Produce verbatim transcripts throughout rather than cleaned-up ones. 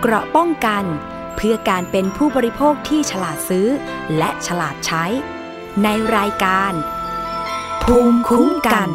เกราะป้องกันเพื่อการเป็นผู้บริโภคที่ฉลาดซื้อและฉลาดใช้ในรายการภูมิคุ้มกัน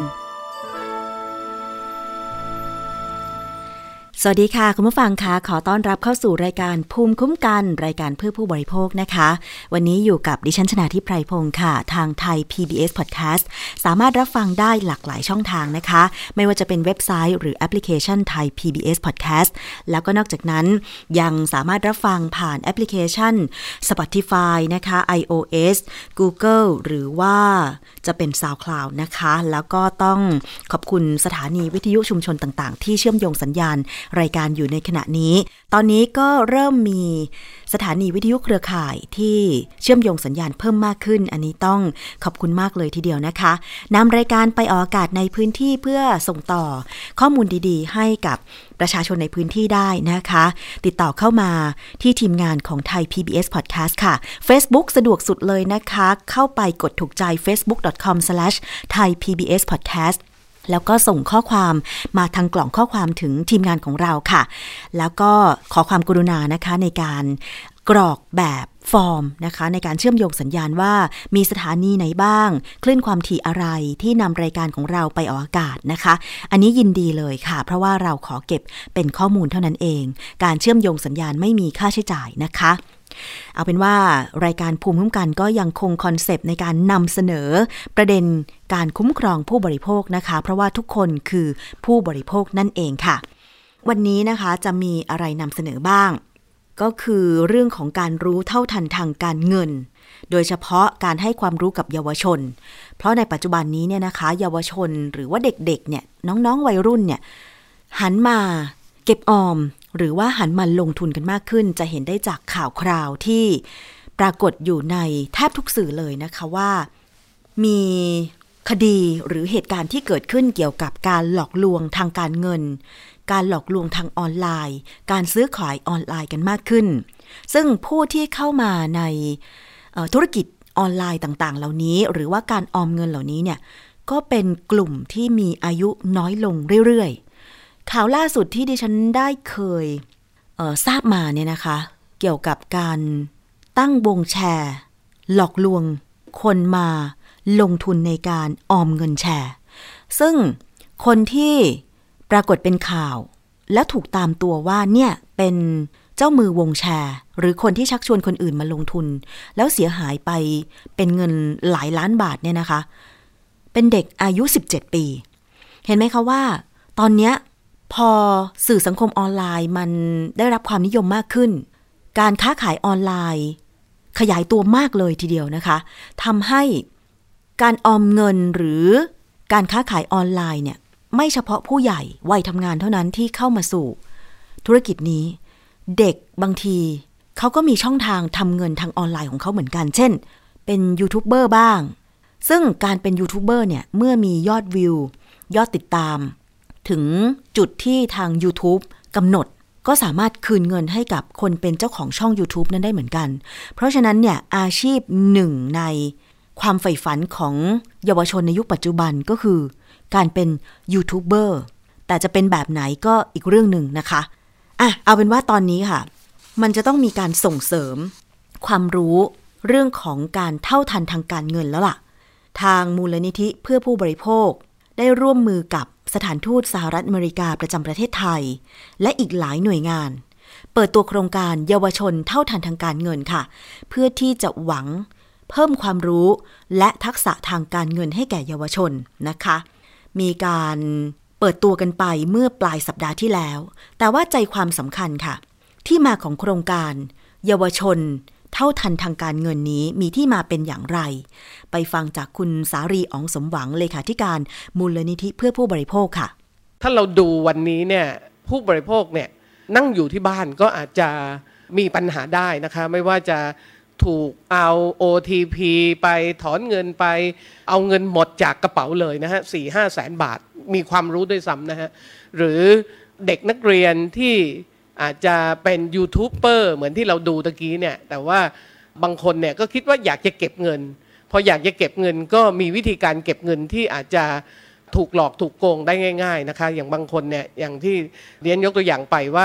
สวัสดีค่ะคุณผู้ฟังคะขอต้อนรับเข้าสู่รายการภูมิคุ้มกันรายการเพื่อผู้บริโภคนะคะวันนี้อยู่กับดิฉันชนาธิปไพรพงศ์ค่ะทางไทย พี บี เอส Podcast สามารถรับฟังได้หลากหลายช่องทางนะคะไม่ว่าจะเป็นเว็บไซต์หรือแอปพลิเคชันไทย พี บี เอส Podcast แล้วก็นอกจากนั้นยังสามารถรับฟังผ่านแอปพลิเคชัน Spotify นะคะ iOS Google หรือว่าจะเป็น SoundCloud นะคะแล้วก็ต้องขอบคุณสถานีวิทยุชุมชนต่างๆที่เชื่อมโยงสัญญาณรายการอยู่ในขณะนี้ตอนนี้ก็เริ่มมีสถานีวิทยุเครือข่ายที่เชื่อมโยงสัญญาณเพิ่มมากขึ้นอันนี้ต้องขอบคุณมากเลยทีเดียวนะคะนำรายการไปออกอากาศในพื้นที่เพื่อส่งต่อข้อมูลดีๆให้กับประชาชนในพื้นที่ได้นะคะติดต่อเข้ามาที่ทีมงานของไทย พี บี เอส Podcast ค่ะ Facebook สะดวกสุดเลยนะคะเข้าไปกดถูกใจ เฟซบุ๊ก ดอท คอม สแลช ไทย พี บี เอส พอดแคสต์ แล้วก็ส่งข้อความมาทางกล่องข้อความถึงทีมงานของเราค่ะแล้วก็ขอความกรุณานะคะในการกรอกแบบฟอร์มนะคะในการเชื่อมโยงสัญญาณว่ามีสถานีไหนบ้างคลื่นความถี่อะไรที่นำรายการของเราไปออกอากาศนะคะอันนี้ยินดีเลยค่ะเพราะว่าเราขอเก็บเป็นข้อมูลเท่านั้นเองการเชื่อมโยงสัญญาณไม่มีค่าใช้จ่ายนะคะเอาเป็นว่ารายการภูมิคุ้มกันก็ยังคงคอนเซปต์ในการนำเสนอประเด็นการคุ้มครองผู้บริโภคนะคะเพราะว่าทุกคนคือผู้บริโภคนั่นเองค่ะวันนี้นะคะจะมีอะไรนำเสนอบ้างก็คือเรื่องของการรู้เท่าทันทางการเงินโดยเฉพาะการให้ความรู้กับเยาวชนเพราะในปัจจุบันนี้เนี่ยนะคะเยาวชนหรือว่าเด็กๆเนี่ยน้องๆวัยรุ่นเนี่ยหันมาเก็บออมหรือว่าหันมาลงทุนกันมากขึ้นจะเห็นได้จากข่าวคราวที่ปรากฏอยู่ในแทบทุกสื่อเลยนะคะว่ามีคดีหรือเหตุการณ์ที่เกิดขึ้นเกี่ยวกับการหลอกลวงทางการเงินการหลอกลวงทางออนไลน์การซื้อขายออนไลน์กันมากขึ้นซึ่งผู้ที่เข้ามาในธุรกิจออนไลน์ต่างๆเหล่านี้หรือว่าการออมเงินเหล่านี้เนี่ยก็เป็นกลุ่มที่มีอายุน้อยลงเรื่อยๆข่าวล่าสุดที่ดิฉันได้เคยเอ่อทราบมาเนี่ยนะคะเกี่ยวกับการตั้งวงแชร์หลอกลวงคนมาลงทุนในการออมเงินแชร์ซึ่งคนที่ปรากฏเป็นข่าวแล้วถูกตามตัวว่าเนี่ยเป็นเจ้ามือวงแชร์หรือคนที่ชักชวนคนอื่นมาลงทุนแล้วเสียหายไปเป็นเงินหลายล้านบาทเนี่ยนะคะเป็นเด็กอายุสิบเจ็ดปีเห็นไหมคะว่าตอนนี้พอสื่อสังคมออนไลน์มันได้รับความนิยมมากขึ้นการค้าขายออนไลน์ขยายตัวมากเลยทีเดียวนะคะทำให้การออมเงินหรือการค้าขายออนไลน์เนี่ยไม่เฉพาะผู้ใหญ่วัยทำงานเท่านั้นที่เข้ามาสู่ธุรกิจนี้เด็กบางทีเขาก็มีช่องทางทำเงินทางออนไลน์ของเขาเหมือนกันเช่นเป็นยูทูบเบอร์บ้างซึ่งการเป็นยูทูบเบอร์เนี่ยเมื่อมียอดวิวยอดติดตามถึงจุดที่ทาง YouTube กำหนดก็สามารถคืนเงินให้กับคนเป็นเจ้าของช่อง YouTube นั้นได้เหมือนกันเพราะฉะนั้นเนี่ยอาชีพหนึ่งในความใฝ่ฝันของเยาวชนในยุคปัจจุบันก็คือการเป็นยูทูบเบอร์แต่จะเป็นแบบไหนก็อีกเรื่องหนึ่งนะคะอ่ะเอาเป็นว่าตอนนี้ค่ะมันจะต้องมีการส่งเสริมความรู้เรื่องของการเท่าทันทางการเงินแล้วล่ะทางมูลนิธิเพื่อผู้บริโภคได้ร่วมมือกับสถานทูตสหรัฐอเมริกาประจำประเทศไทยและอีกหลายหน่วยงานเปิดตัวโครงการเยาวชนเท่าทันทางการเงินค่ะเพื่อที่จะหวังเพิ่มความรู้และทักษะทางการเงินให้แก่เยาวชนนะคะมีการเปิดตัวกันไปเมื่อปลายสัปดาห์ที่แล้วแต่ว่าใจความสำคัญค่ะที่มาของโครงการเยาวชนเท่าทันทางการเงินนี้มีที่มาเป็นอย่างไรไปฟังจากคุณสารีอ๋องสมหวังเลขาธิการมูลนิธิเพื่อผู้บริโภคค่ะถ้าเราดูวันนี้เนี่ยผู้บริโภคเนี่ยนั่งอยู่ที่บ้านก็อาจจะมีปัญหาได้นะคะไม่ว่าจะถูกเอา โอ ที พี ไปถอนเงินไปเอาเงินหมดจากกระเป๋าเลยนะฮะ สี่ห้า แสนบาทมีความรู้ด้วยซ้ำนะฮะหรือเด็กนักเรียนที่อาจจะเป็นยูทูบเบอร์เหมือนที่เราดูตะกี้เนี่ยแต่ว่าบางคนเนี่ยก็คิดว่าอยากจะเก็บเงินพออยากจะเก็บเงินก็มีวิธีการเก็บเงินที่อาจจะถูกหลอกถูกโกงได้ง่ายๆนะคะอย่างบางคนเนี่ยอย่างที่เรียนยกตัวอย่างไปว่า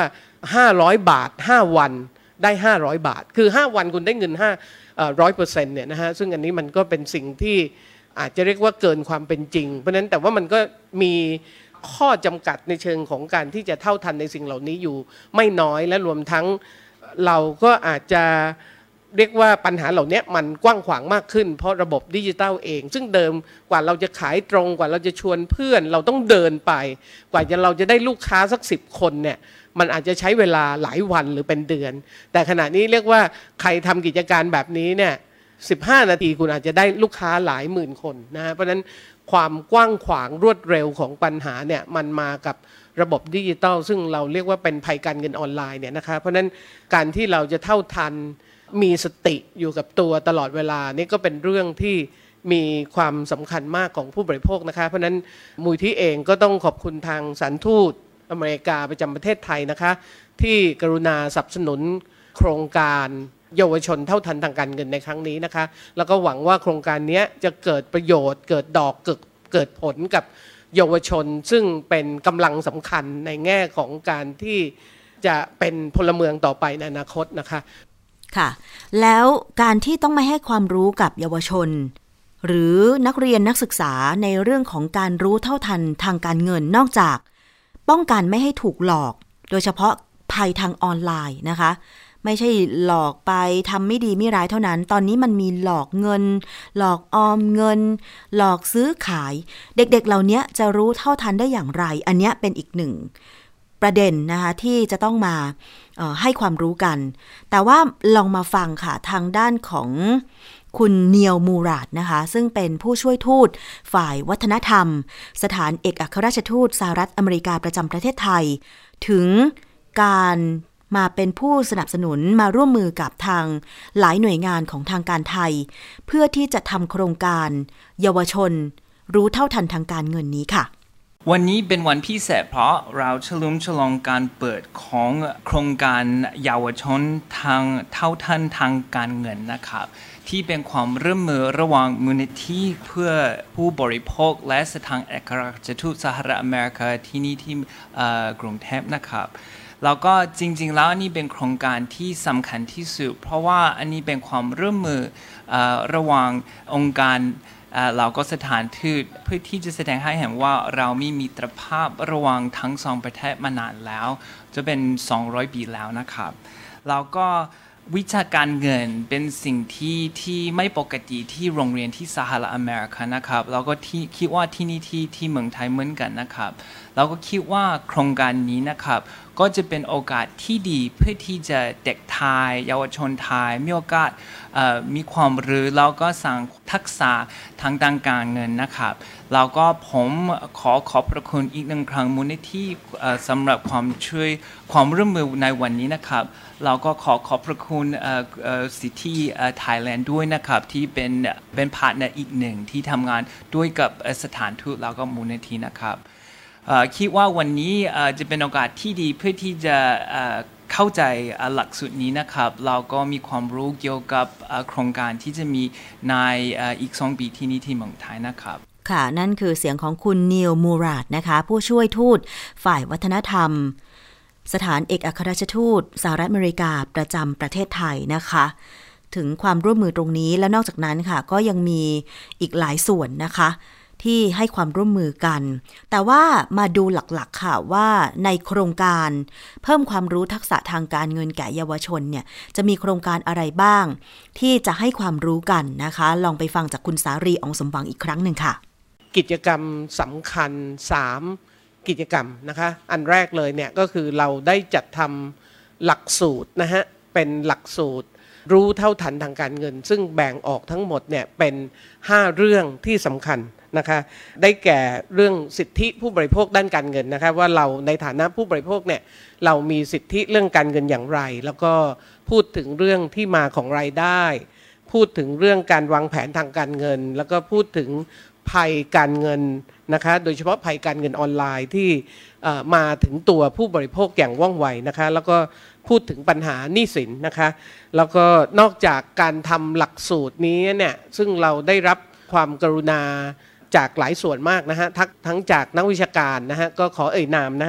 ห้าร้อยบาทห้าวันได้ห้าร้อยบาทคือห้าวันคุณได้เงินห้าเอ่อ หนึ่งร้อยเปอร์เซ็นต์ เนี่ยนะฮะซึ่งอันนี้มันก็เป็นสิ่งที่อาจจะเรียกว่าเกินความเป็นจริงเพราะฉะนั้นแต่ว่ามันก็มีข้อจำกัดในเชิงของการที่จะเท่าทันในสิ่งเหล่านี้อยู่ไม่น้อยและรวมทั้งเราก็อาจจะเรียกว่าปัญหาเหล่านี้มันกว้างขวางมากขึ้นเพราะระบบดิจิทัลเองซึ่งเดิมกว่าเราจะขายตรงกว่าเราจะชวนเพื่อนเราต้องเดินไปกว่าจะเราจะได้ลูกค้าสักสิบคนเนี่ยมันอาจจะใช้เวลาหลายวันหรือเป็นเดือนแต่ขณะนี้เรียกว่าใครทำกิจการแบบนี้เนี่ยสิบห้านาทีคุณอาจจะได้ลูกค้าหลายหมื่นคนนะฮะเพราะฉะนั้นความกว้างขวางรวดเร็วของปัญหาเนี่ยมันมากับระบบดิจิทัลซึ่งเราเรียกว่าเป็นภัยการเงินออนไลน์เนี่ยนะคะเพราะฉะนั้นการที่เราจะเท่าทันมีสติอยู่กับตัวตลอดเวลานี่ก็เป็นเรื่องที่มีความสำคัญมากของผู้บริโภคนะคะเพราะฉะนั้นมูลที่เองก็ต้องขอบคุณทางสถานทูตอเมริกาประจำประเทศไทยนะคะที่กรุณาสนับสนุนโครงการเยาวชนเท่าทันทางการเงินในครั้งนี้นะคะแล้วก็หวังว่าโครงการนี้จะเกิดประโยชน์เกิดดอกเกิดเกิดผลกับเยาวชนซึ่งเป็นกำลังสำคัญในแง่ของการที่จะเป็นพลเมืองต่อไปในอนาคตนะคะค่ะแล้วการที่ต้องไม่ให้ความรู้กับเยาวชนหรือนักเรียนนักศึกษาในเรื่องของการรู้เท่าทันทางการเงินนอกจากป้องกันไม่ให้ถูกหลอกโดยเฉพาะภัยทางออนไลน์นะคะไม่ใช่หลอกไปทำไม่ดีไม่ร้ายเท่านั้นตอนนี้มันมีหลอกเงินหลอกออมเงินหลอกซื้อขายเด็กๆเหล่านี้จะรู้เท่าทันได้อย่างไรอันนี้เป็นอีกหนึ่งประเด็นนะคะที่จะต้องมาเอ่อให้ความรู้กันแต่ว่าลองมาฟังค่ะทางด้านของคุณเนียลมูราดนะคะซึ่งเป็นผู้ช่วยทูตฝ่ายวัฒนธรรมสถานเอกอัครราชทูตสหรัฐอเมริกาประจำประเทศไทยถึงการมาเป็นผู้สนับสนุนมาร่วมมือกับทางหลายหน่วยงานของทางการไทยเพื่อที่จะทำโครงการเยาวชนรู้เท่าทันทางการเงินนี้ค่ะวันนี้เป็นวันพิเศษเพราะเราเฉลิมฉลองการเปิดของโครงการเยาวชนทางเท่าทันทางการเงินนะครับที่เป็นความร่วมมือระหว่างมูลนิธิเพื่อผู้บริโภคและสถานเอกอัครราชทูตสหรัฐอเมริกาที่นี่ที่กรุงเทพนะครับแล้วก็จริงๆแล้วอันนี้เป็นโครงการที่สำคัญที่สุดเพราะว่าอันนี้เป็นความร่วมมือระหว่างองค์การเราก็สถานทูตเพื่อที่จะแสดงให้เห็นว่าเรามีมิตรภาพระหว่างทั้งสองประเทศมานานแล้วจะเป็นสองร้อยปีแล้วนะครับแล้วก็วิชาการเงินเป็นสิ่งที่ที่ไม่ปกติที่โรงเรียนที่สหรัฐอเมริกานะครับแล้วก็ที่คิดว่าที่นี่ที่ที่เมืองไทยเหมือนกันนะครับเราก็คิดว่าโครงการนี้นะครับก็จะเป็นโอกาสที่ดีเพื่อที่จะเด็กไทยเยาวชนไทยมีโอกาสมีความรู้แล้วก็สร้างทักษะทางด้านการเงินนะครับแล้วก็ผมขอขอบพระคุณอีกหนึ่งครั้งมูลนิธิสำหรับความช่วยความร่วมมือในวันนี้นะครับเราก็ขอขอบพระคุณสิทธิไทยแลนด์ด้วยนะครับที่เป็นเป็นพาร์ทเนอร์อีกหนึ่งที่ทำงานด้วยกับสถานทูตแล้วก็มูลนิธินะครับคิดว่าวันนี้จะเป็นโอกาสที่ดีเพื่อที่จะเข้าใจหลักสูตรนี้นะครับเราก็มีความรู้เกี่ยวกับโครงการที่จะมีในอีกสองปีที่นี่ที่เมืองไทยนะครับค่ะนั่นคือเสียงของคุณเนียลมูราดนะคะผู้ช่วยทูตฝ่ายวัฒนธรรมสถานเอกอัครราชทูตสหรัฐอเมริกาประจำประเทศไทยนะคะถึงความร่วมมือตรงนี้และนอกจากนั้นค่ะก็ยังมีอีกหลายส่วนนะคะที่ให้ความร่วมมือกันแต่ว่ามาดูหลักๆค่ะว่าในโครงการเพิ่มความรู้ทักษะทางการเงินแก่เยาวชนเนี่ยจะมีโครงการอะไรบ้างที่จะให้ความรู้กันนะคะลองไปฟังจากคุณสารีอองสมหวังอีกครั้งหนึ่งค่ะกิจกรรมสำคัญสามกิจกรรมนะคะอันแรกเลยเนี่ยก็คือเราได้จัดทำหลักสูตรนะฮะเป็นหลักสูตรรู้เท่าทันทางการเงินซึ่งแบ่งออกทั้งหมดเนี่ยเป็นห้าเรื่องที่สำคัญนะคะได้แก่เรื่องสิทธิผู้บริโภคด้านการเงินนะคะว่าเราในฐานะผู้บริโภคเนี่ยเรามีสิทธิเรื่องการเงินอย่างไรแล้วก็พูดถึงเรื่องที่มาของรายได้พูดถึงเรื่องการวางแผนทางการเงินแล้วก็พูดถึงภัยการเงินนะคะโดยเฉพาะภัยการเงินออนไลน์ที่มาถึงตัวผู้บริโภคอย่างว่องไวนะคะแล้วก็พูดถึงปัญหาหนี้สินนะคะแล้วก็นอกจากการทำหลักสูตรนี้เนี่ยซึ่งเราได้รับความกรุณาจากหลายส่วนมากนะฮะทั้งทั้งจากนักวิชาการนะฮะก็ขอเอ่ยนามนะฮะ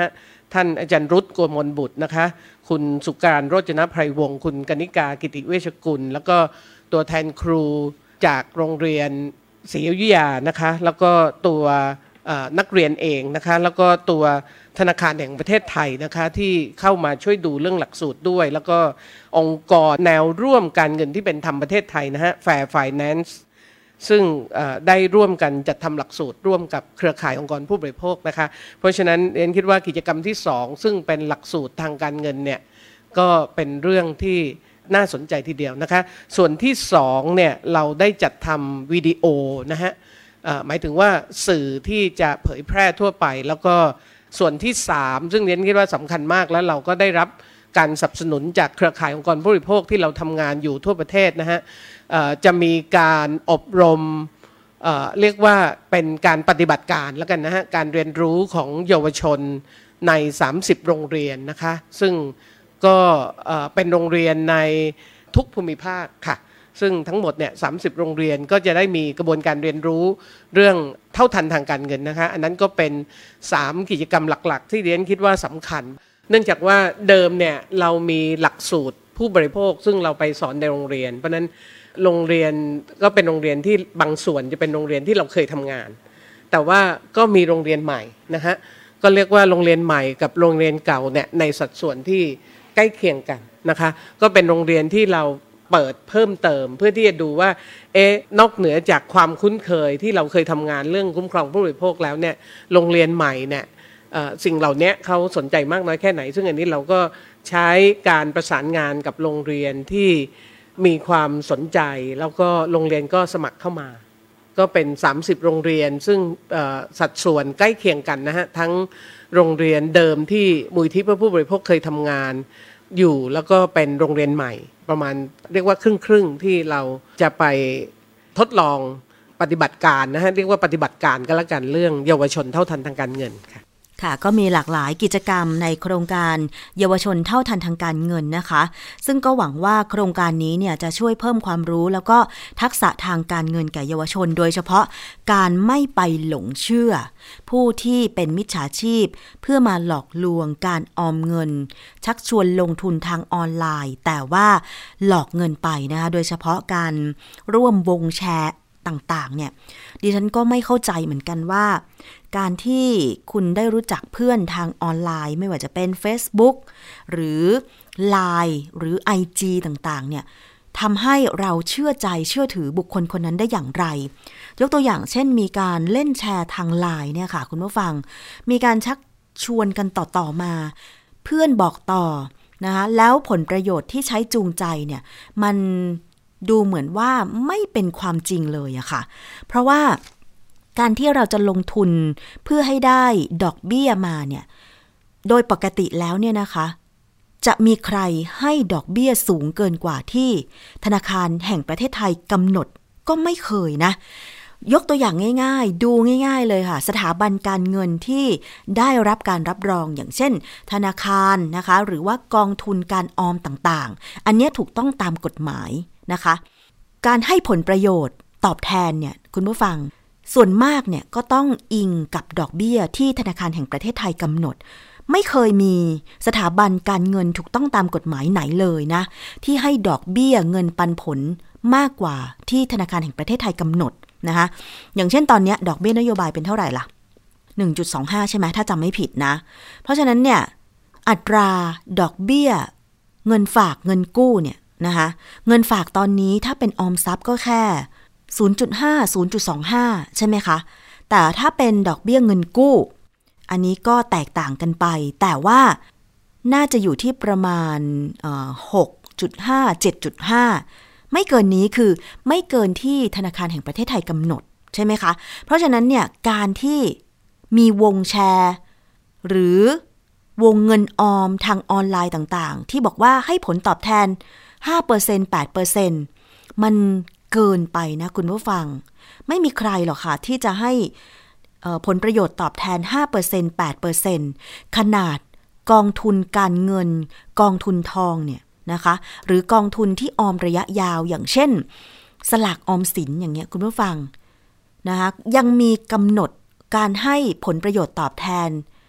ท่านอาจารย์รุตโกมลบุตรนะคะคุณสุการโรจนไพรวงศ์คุณกนิกากิติเวชกุลแล้วก็ตัวแทนครูจากโรงเรียนศรีอยุธยานะคะแล้วก็ตัวนักเรียนเองนะคะแล้วก็ตัวธนาคารแห่งประเทศไทยนะคะที่เข้ามาช่วยดูเรื่องหลักสูตรด้วยแล้วก็องค์กรแนวร่วมการเงินที่เป็นธรรมประเทศไทยนะฮะ Fair Finance ซึ่งได้ร่วมกันจัดทำหลักสูตรร่วมกับเครือข่ายองค์กรผู้บริโภคนะคะเพราะฉะนั้นเรียนคิดว่ากิจกรรมที่สองซึ่งเป็นหลักสูตรทางการเงินเนี่ยก็เป็นเรื่องที่น่าสนใจทีเดียวนะคะส่วนที่สองเนี่ยเราได้จัดทำวิดีโอนะฮะหมายถึงว่าสื่อที่จะเผยแพร่ทั่วไปแล้วก็ส่วนที่สามซึ่งเรียนคิดว่าสำคัญมากแล้วเราก็ได้รับการสนับสนุนจากเครือข่ายองค์กรผู้บริโภคที่เราทำงานอยู่ทั่วประเทศนะฮะจะมีการอบรมเอ่อเรียกว่าเป็นการปฏิบัติการแล้วกันนะฮะการเรียนรู้ของเยาวชนในสามสิบโรงเรียนนะคะซึ่งก็เป็นโรงเรียนในทุกภูมิภาคค่ะซึ่งทั้งหมดเนี่ยสามสิบโรงเรียนก็จะได้มีกระบวนการเรียนรู้เรื่องเท่าทันทางการเงินนะคะอันนั้นก็เป็นสามกิจกรรมหลักๆที่เรียนคิดว่าสำคัญเนื่องจากว่าเดิมเนี่ยเรามีหลักสูตรผู้บริโภคซึ่งเราไปสอนในโรงเรียนเพราะนั้นโรงเรียนก็เป็นโรงเรียนที่บางส่วนจะเป็นโรงเรียนที่เราเคยทำงานแต่ว่าก็มีโรงเรียนใหม่นะฮะก็เรียกว่าโรงเรียนใหม่กับโรงเรียนเก่าเนี่ยในสัดส่วนที่ใกล้เคียงกันนะคะก็เป็นโรงเรียนที่เราเปิดเพิ่มเติมเพื่อที่จะดูว่าเอ๊ะนอกเหนือจากความคุ้นเคยที่เราเคยทำงานเรื่องคุ้มครองผู้บริโภคแล้วเนี่ยโรงเรียนใหม่เนี่ยสิ่งเหล่านี้เขาสนใจมากน้อยแค่ไหนซึ่งอันนี้เราก็ใช้การประสานงานกับโรงเรียนที่มีความสนใจแล้วก็โรงเรียนก็สมัครเข้ามาก็เป็นสามสิบโรงเรียนซึ่งสัดส่วนใกล้เคียงกันนะฮะทั้งโรงเรียนเดิมที่มูลนิธิเพื่อผู้บริโภคเคยทำงานอยู่แล้วก็เป็นโรงเรียนใหม่ประมาณเรียกว่าครึ่งๆที่เราจะไปทดลองปฏิบัติการนะฮะเรียกว่าปฏิบัติการก็แล้วกันเรื่องเยาวชนเท่าทันทางการเงินค่ะค่ะก็มีหลากหลายกิจกรรมในโครงการเยาวชนเท่าทันทางการเงินนะคะซึ่งก็หวังว่าโครงการนี้เนี่ยจะช่วยเพิ่มความรู้แล้วก็ทักษะทางการเงินแก่เยาวชนโดยเฉพาะการไม่ไปหลงเชื่อผู้ที่เป็นมิจฉาชีพเพื่อมาหลอกลวงการออมเงินชักชวนลงทุนทางออนไลน์แต่ว่าหลอกเงินไปนะคะโดยเฉพาะการร่วมวงแชร์ต่างๆเนี่ยดิฉันก็ไม่เข้าใจเหมือนกันว่าการที่คุณได้รู้จักเพื่อนทางออนไลน์ไม่ว่าจะเป็น Facebook หรือ ไลน์ หรือ ไอ จี ต่างๆเนี่ยทำให้เราเชื่อใจเชื่อถือบุคคลคนนั้นได้อย่างไรยกตัวอย่างเช่นมีการเล่นแชร์ทาง ไลน์ เนี่ยค่ะคุณผู้ฟังมีการชักชวนกันต่อๆมาเพื่อนบอกต่อนะคะแล้วผลประโยชน์ที่ใช้จูงใจเนี่ยมันดูเหมือนว่าไม่เป็นความจริงเลยอะค่ะเพราะว่าการที่เราจะลงทุนเพื่อให้ได้ดอกเบี้ยมาเนี่ยโดยปกติแล้วเนี่ยนะคะจะมีใครให้ดอกเบี้ยสูงเกินกว่าที่ธนาคารแห่งประเทศไทยกำหนดก็ไม่เคยนะยกตัวอย่างง่ายๆดูง่ายๆเลยค่ะสถาบันการเงินที่ได้รับการรับรองอย่างเช่นธนาคารนะคะหรือว่ากองทุนการออมต่างๆอันนี้ถูกต้องตามกฎหมายนะคะการให้ผลประโยชน์ตอบแทนเนี่ยคุณผู้ฟังส่วนมากเนี่ยก็ต้องอิงกับดอกเบี้ยที่ธนาคารแห่งประเทศไทยกำหนดไม่เคยมีสถาบันการเงินถูกต้องตามกฎหมายไหนเลยนะที่ให้ดอกเบี้ยเงินปันผลมากกว่าที่ธนาคารแห่งประเทศไทยกำหนดนะคะอย่างเช่นตอนนี้ดอกเบี้ยนโยบายเป็นเท่าไหร่ล่ะ หนึ่งจุดสองห้า ใช่ไหมถ้าจำไม่ผิดนะเพราะฉะนั้นเนี่ยอัตราดอกเบี้ยเงินฝากเงินกู้เนี่ยนะคะเงินฝากตอนนี้ถ้าเป็นออมทรัพย์ก็แค่ ศูนย์จุดห้า ศูนย์จุดสองห้า ใช่ไหมคะแต่ถ้าเป็นดอกเบี้ยเงินกู้อันนี้ก็แตกต่างกันไปแต่ว่าน่าจะอยู่ที่ประมาณเอ่อ หกจุดห้า เจ็ดจุดห้า ไม่เกินนี้คือไม่เกินที่ธนาคารแห่งประเทศไทยกำหนดใช่ไหมคะเพราะฉะนั้นเนี่ยการที่มีวงแชร์หรือวงเงินออมทางออนไลน์ต่างๆที่บอกว่าให้ผลตอบแทน ห้าเปอร์เซ็นต์ แปดเปอร์เซ็นต์ มันเกินไปนะคุณผู้ฟังไม่มีใครหรอกค่ะที่จะให้ผลประโยชน์ตอบแทน ห้าเปอร์เซ็นต์ แปดเปอร์เซ็นต์ ขนาดกองทุนการเงินกองทุนทองเนี่ยนะคะหรือกองทุนที่ออมระยะยาวอย่างเช่นสลากออมสินอย่างเงี้ยคุณผู้ฟังนะคะยังมีกำหนดการให้ผลประโยชน์ตอบแทน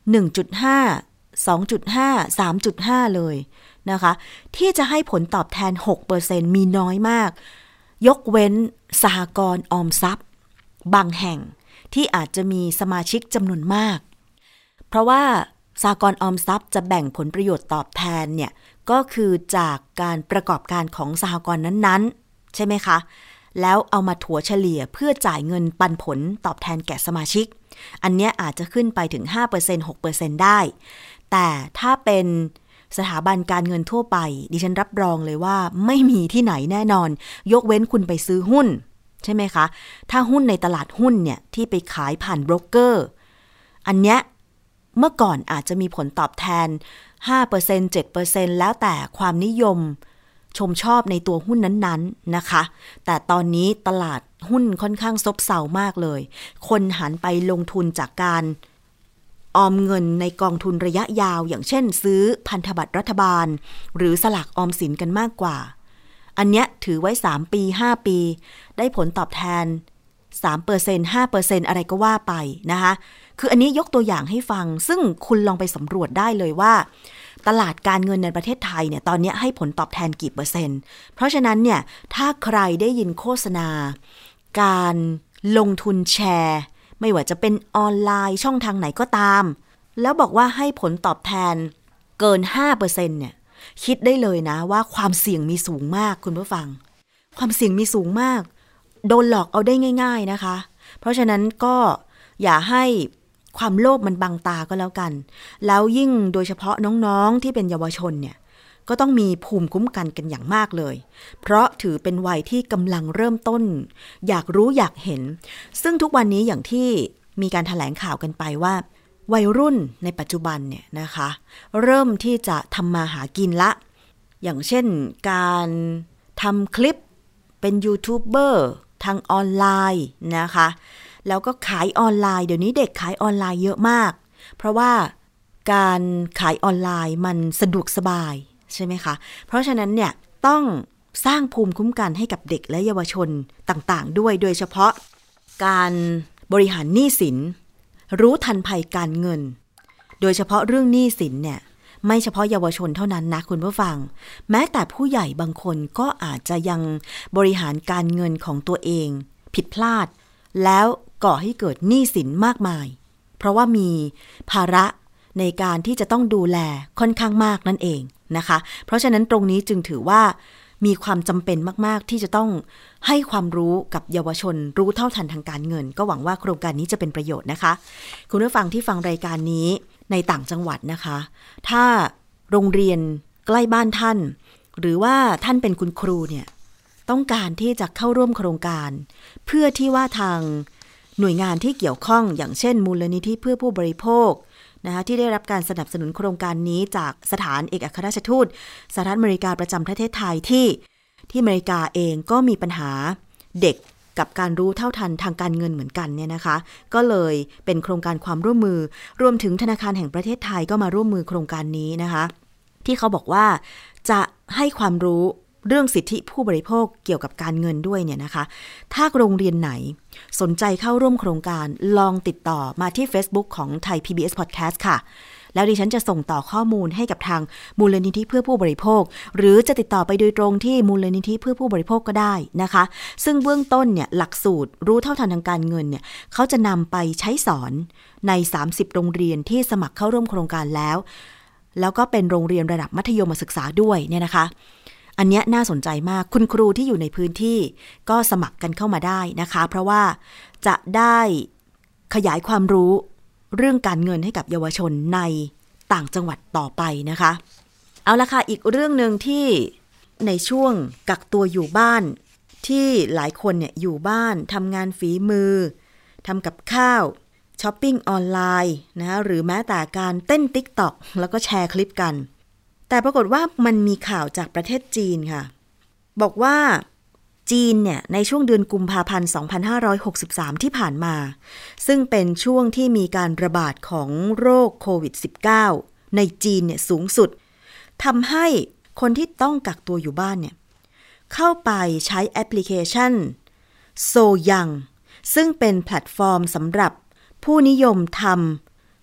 หนึ่งจุดห้า สองจุดห้า สามจุดห้า เลยนะคะที่จะให้ผลตอบแทน หกเปอร์เซ็นต์ มีน้อยมากยกเว้นสหกรณ์ออมทรัพย์บางแห่งที่อาจจะมีสมาชิกจำนวนมากเพราะว่าสหกรณ์ออมทรัพย์จะแบ่งผลประโยชน์ตอบแทนเนี่ยก็คือจากการประกอบการของสหกรณ์นั้นๆใช่ไหมคะแล้วเอามาถัวเฉลี่ยเพื่อจ่ายเงินปันผลตอบแทนแก่สมาชิกอันเนี้ยอาจจะขึ้นไปถึง ห้าเปอร์เซ็นต์ หกเปอร์เซ็นต์ ได้แต่ถ้าเป็นสถาบันการเงินทั่วไปดิฉันรับรองเลยว่าไม่มีที่ไหนแน่นอนยกเว้นคุณไปซื้อหุ้นใช่ไหมคะถ้าหุ้นในตลาดหุ้นเนี่ยที่ไปขายผ่านโบรกเกอร์อันเนี้ยเมื่อก่อนอาจจะมีผลตอบแทน ห้าเปอร์เซ็นต์ เจ็ดเปอร์เซ็นต์ แล้วแต่ความนิยมชมชอบในตัวหุ้นนั้นๆนะคะแต่ตอนนี้ตลาดหุ้นค่อนข้างซบเซามากเลยคนหันไปลงทุนจากการออมเงินในกองทุนระยะยาวอย่างเช่นซื้อพันธบัตรรัฐบาลหรือสลากออมสินกันมากกว่าอันเนี้ยถือไว้สามปีห้าปีได้ผลตอบแทน สามเปอร์เซ็นต์ ห้าเปอร์เซ็นต์ อะไรก็ว่าไปนะคะคืออันนี้ยกตัวอย่างให้ฟังซึ่งคุณลองไปสำรวจได้เลยว่าตลาดการเงินในประเทศไทยเนี่ยตอนนี้ให้ผลตอบแทนกี่เปอร์เซ็นต์เพราะฉะนั้นเนี่ยถ้าใครได้ยินโฆษณาการลงทุนแชร์ไม่ว่าจะเป็นออนไลน์ช่องทางไหนก็ตามแล้วบอกว่าให้ผลตอบแทนเกิน ห้าเปอร์เซ็นต์ เนี่ยคิดได้เลยนะว่าความเสี่ยงมีสูงมากคุณผู้ฟังความเสี่ยงมีสูงมากโดนหลอกเอาได้ง่ายๆนะคะเพราะฉะนั้นก็อย่าให้ความโลภมันบังตาก็แล้วกันแล้วยิ่งโดยเฉพาะน้องๆที่เป็นเยาวชนเนี่ยก็ต้องมีภูมิคุ้มกันกันอย่างมากเลยเพราะถือเป็นวัยที่กำลังเริ่มต้นอยากรู้อยากเห็นซึ่งทุกวันนี้อย่างที่มีการแถลงข่าวกันไปว่าวัยรุ่นในปัจจุบันเนี่ยนะคะเริ่มที่จะทำมาหากินละอย่างเช่นการทำคลิปเป็นยูทูบเบอร์ทางออนไลน์นะคะแล้วก็ขายออนไลน์เดี๋ยวนี้เด็กขายออนไลน์เยอะมากเพราะว่าการขายออนไลน์มันสะดวกสบายใช่ไหมคะเพราะฉะนั้นเนี่ยต้องสร้างภูมิคุ้มกันให้กับเด็กและเยาวชนต่างๆด้วยโดยเฉพาะการบริหารหนี้สินรู้ทันภัยการเงินโดยเฉพาะเรื่องหนี้สินเนี่ยไม่เฉพาะเยาวชนเท่านั้นนะคุณผู้ฟังแม้แต่ผู้ใหญ่บางคนก็อาจจะยังบริหารการเงินของตัวเองผิดพลาดแล้วก่อให้เกิดหนี้สินมากมายเพราะว่ามีภาระในการที่จะต้องดูแลค่อนข้างมากนั่นเองนะคะเพราะฉะนั้นตรงนี้จึงถือว่ามีความจำเป็นมากๆที่จะต้องให้ความรู้กับเยาวชนรู้เท่าทันทางการเงินก็หวังว่าโครงการนี้จะเป็นประโยชน์นะคะคุณผู้ฟังที่ฟังรายการนี้ในต่างจังหวัดนะคะถ้าโรงเรียนใกล้บ้านท่านหรือว่าท่านเป็นคุณครูเนี่ยต้องการที่จะเข้าร่วมโครงการเพื่อที่ว่าทางหน่วยงานที่เกี่ยวข้องอย่างเช่นมูลนิธิเพื่อผู้บริโภคนะคะที่ได้รับการสนับสนุนโครงการนี้จากสถานเอกอัครราชทูตสหรัฐอเมริกาประจำประเทศไทยที่ที่อเมริกาเองก็มีปัญหาเด็กกับการรู้เท่าทันทางการเงินเหมือนกันเนี่ยนะคะก็เลยเป็นโครงการความร่วมมือรวมถึงธนาคารแห่งประเทศไทยก็มาร่วมมือโครงการนี้นะคะที่เขาบอกว่าจะให้ความรู้เรื่องสิทธิผู้บริโภคเกี่ยวกับการเงินด้วยเนี่ยนะคะถ้าโรงเรียนไหนสนใจเข้าร่วมโครงการลองติดต่อมาที่ Facebook ของไทย พี บี เอส Podcast ค่ะแล้วดิฉันจะส่งต่อข้อมูลให้กับทางมูลนิธิเพื่อผู้บริโภคหรือจะติดต่อไปโดยตรงที่มูลนิธิเพื่อผู้บริโภคก็ได้นะคะซึ่งเบื้องต้นเนี่ยหลักสูตรรู้เท่าทันทางการเงินเนี่ยเขาจะนำไปใช้สอนในสามสิบโรงเรียนที่สมัครเข้าร่วมโครงการแล้วแล้วก็เป็นโรงเรียนระดับมัธยมศึกษาด้วยเนี่ยนะคะอันนี้น่าสนใจมากคุณครูที่อยู่ในพื้นที่ก็สมัครกันเข้ามาได้นะคะเพราะว่าจะได้ขยายความรู้เรื่องการเงินให้กับเยาวชนในต่างจังหวัดต่อไปนะคะเอาละค่ะอีกเรื่องนึงที่ในช่วงกักตัวอยู่บ้านที่หลายคนเนี่ยอยู่บ้านทำงานฝีมือทำกับข้าวช้อปปิ้งออนไลน์นะหรือแม้แต่การเต้น TikTok แล้วก็แชร์คลิปกันแต่ปรากฏว่ามันมีข่าวจากประเทศจีนค่ะบอกว่าจีนเนี่ยในช่วงเดือนกุมภาพันธ์สองพันห้าร้อยหกสิบสามที่ผ่านมาซึ่งเป็นช่วงที่มีการระบาดของโรคโควิด สิบเก้า ในจีนเนี่ยสูงสุดทำให้คนที่ต้องกักตัวอยู่บ้านเนี่ยเข้าไปใช้แอปพลิเคชันโซยังซึ่งเป็นแพลตฟอร์มสำหรับผู้นิยมทำ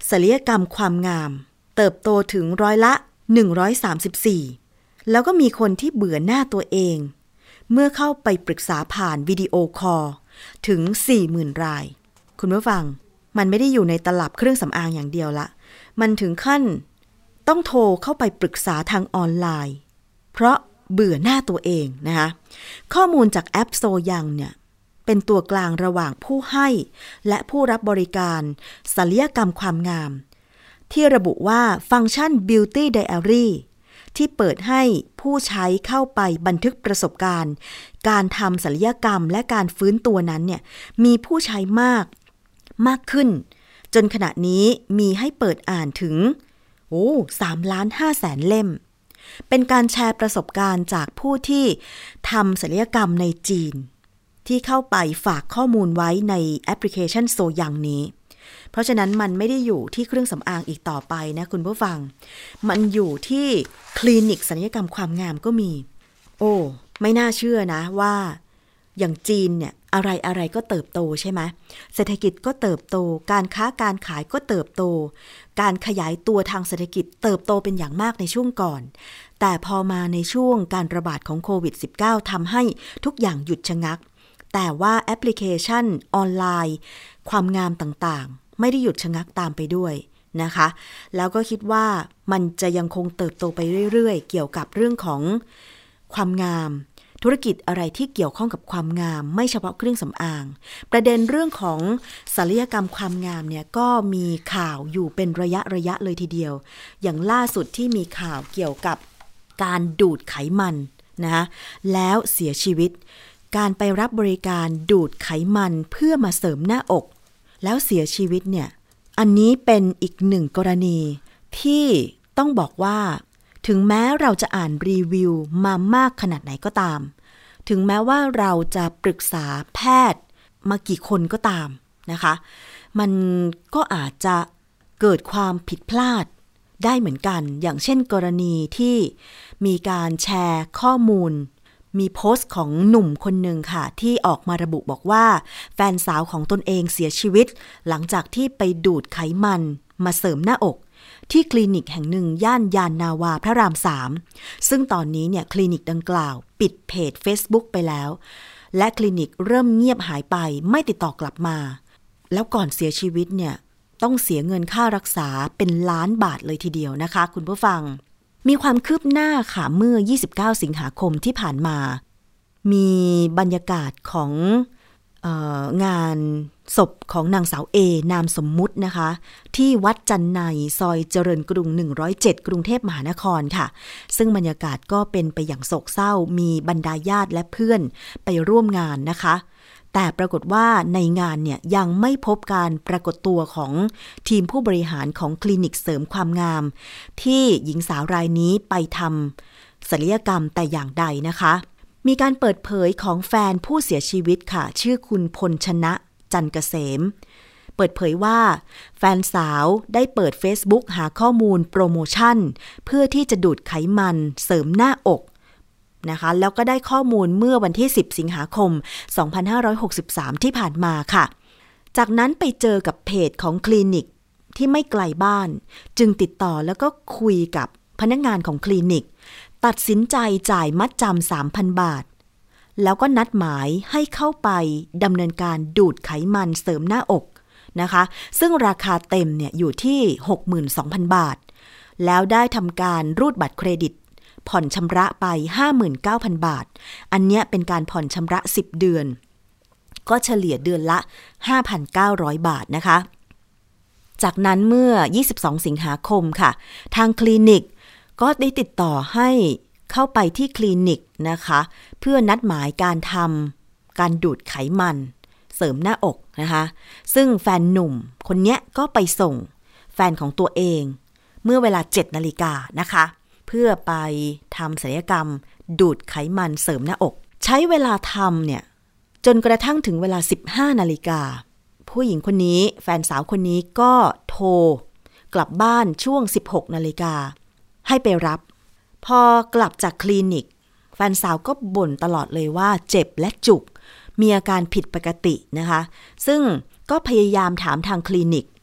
ศัลยกรรมความงามเติบโตถึงร้อยละหนึ่งร้อยสามสิบสี่แล้วก็มีคนที่เบื่อหน้าตัวเองเมื่อเข้าไปปรึกษาผ่านวิดีโอคอลถึง สี่หมื่น รายคุณผู้ฟังมันไม่ได้อยู่ในตลับเครื่องสำอางอย่างเดียวละมันถึงขั้นต้องโทรเข้าไปปรึกษาทางออนไลน์เพราะเบื่อหน้าตัวเองนะคะข้อมูลจากแอปโซยังเนี่ยเป็นตัวกลางระหว่างผู้ให้และผู้รับบริการศัลยกรรมความงามที่ระบุว่าฟังก์ชัน Beauty Diary ที่เปิดให้ผู้ใช้เข้าไปบันทึกประสบการณ์การทำศัลยกรรมและการฟื้นตัวนั้นเนี่ยมีผู้ใช้มากมากขึ้นจนขณะนี้มีให้เปิดอ่านถึงโอ้สามล้านห้าแสนเล่มเป็นการแชร์ประสบการณ์จากผู้ที่ทำศัลยกรรมในจีนที่เข้าไปฝากข้อมูลไว้ในแอปพลิเคชันโซยังนี้เพราะฉะนั้นมันไม่ได้อยู่ที่เครื่องสำอางอีกต่อไปนะคุณผู้ฟังมันอยู่ที่คลินิกศัลยกรรมความงามก็มีโอ้ไม่น่าเชื่อนะว่าอย่างจีนเนี่ยอะไรอะไรก็เติบโตใช่ไหมเศรษฐกิจก็เติบโตการค้าการขายก็เติบโตการขยายตัวทางเศรษฐกิจเติบโตเป็นอย่างมากในช่วงก่อนแต่พอมาในช่วงการระบาดของโควิด สิบเก้า ทำให้ทุกอย่างหยุดชะงักแต่ว่าแอปพลิเคชันออนไลน์ความงามต่างๆไม่ได้หยุดชะงักตามไปด้วยนะคะแล้วก็คิดว่ามันจะยังคงเติบโตไปเรื่อยๆเกี่ยวกับเรื่องของความงามธุรกิจอะไรที่เกี่ยวข้องกับความงามไม่เฉพาะเครื่องสำอางประเด็นเรื่องของศัลยกรรมความงามเนี่ยก็มีข่าวอยู่เป็นระยะระยะเลยทีเดียวอย่างล่าสุดที่มีข่าวเกี่ยวกับการดูดไขมันนะแล้วเสียชีวิตการไปรับบริการดูดไขมันเพื่อมาเสริมหน้าอกแล้วเสียชีวิตเนี่ยอันนี้เป็นอีกหนึ่งกรณีที่ต้องบอกว่าถึงแม้เราจะอ่านรีวิวมามากขนาดไหนก็ตามถึงแม้ว่าเราจะปรึกษาแพทย์มากี่คนก็ตามนะคะมันก็อาจจะเกิดความผิดพลาดได้เหมือนกันอย่างเช่นกรณีที่มีการแชร์ข้อมูลมีโพสต์ของหนุ่มคนหนึ่งค่ะที่ออกมาระบุบอกว่าแฟนสาวของตนเองเสียชีวิตหลังจากที่ไปดูดไขมันมาเสริมหน้าอกที่คลินิกแห่งหนึ่งย่านยานนาวาพระรามสามซึ่งตอนนี้เนี่ยคลินิกดังกล่าวปิดเพจ Facebook ไปแล้วและคลินิกเริ่มเงียบหายไปไม่ติดต่อกลับมาแล้วก่อนเสียชีวิตเนี่ยต้องเสียเงินค่ารักษาเป็นล้านบาทเลยทีเดียวนะคะคุณผู้ฟังมีความคืบหน้าค่ะเมื่อยี่สิบเก้าสิงหาคมที่ผ่านมามีบรรยากาศของเอ่องานศพของนางสาวเอนามสมมุตินะคะที่วัดจันไนซอยเจริญกรุงหนึ่งร้อยเจ็ดกรุงเทพมหานครค่ะซึ่งบรรยากาศก็เป็นไปอย่างโศกเศร้ามีบรรดาญาติและเพื่อนไปร่วมงานนะคะแต่ปรากฏว่าในงานเนี่ยยังไม่พบการปรากฏตัวของทีมผู้บริหารของคลินิกเสริมความงามที่หญิงสาวรายนี้ไปทำศัลยกรรมแต่อย่างใดนะคะมีการเปิดเผยของแฟนผู้เสียชีวิตค่ะชื่อคุณพลชนะจันเกษมเปิดเผยว่าแฟนสาวได้เปิด Facebook หาข้อมูลโปรโมชั่นเพื่อที่จะดูดไขมันเสริมหน้าอกนะคะแล้วก็ได้ข้อมูลเมื่อวันที่สิบสิงหาคมสองพันห้าร้อยหกสิบสามที่ผ่านมาค่ะจากนั้นไปเจอกับเพจของคลินิกที่ไม่ไกลบ้านจึงติดต่อแล้วก็คุยกับพนักงานของคลินิกตัดสินใจจ่ายมัดจำ สามพัน บาทแล้วก็นัดหมายให้เข้าไปดำเนินการดูดไขมันเสริมหน้าอกนะคะซึ่งราคาเต็มเนี่ยอยู่ที่ หกหมื่นสองพัน บาทแล้วได้ทำการรูดบัตรเครดิตผ่อนชำระไป ห้าหมื่นเก้าพัน บาทอันเนี้ยเป็นการผ่อนชำระสิบเดือนก็เฉลี่ยเดือนละ ห้าพันเก้าร้อย บาทนะคะจากนั้นเมื่อยี่สิบสองสิงหาคมค่ะทางคลินิกก็ได้ติดต่อให้เข้าไปที่คลินิกนะคะเพื่อนัดหมายการทำการดูดไขมันเสริมหน้าอกนะคะซึ่งแฟนหนุ่มคนเนี้ยก็ไปส่งแฟนของตัวเองเมื่อเวลา เจ็ดนาฬิกานะคะเพื่อไปทำศัลยกรรมดูดไขมันเสริมหน้าอกใช้เวลาทำเนี่ยจนกระทั่งถึงเวลา สิบห้านาฬิกาผู้หญิงคนนี้แฟนสาวคนนี้ก็โทรกลับบ้านช่วง สิบหกนาฬิกาให้ไปรับพอกลับจากคลินิกแฟนสาวก็บ่นตลอดเลยว่าเจ็บและจุกมีอาการผิดปกตินะคะซึ่งก็พยายามถามทางคลินิก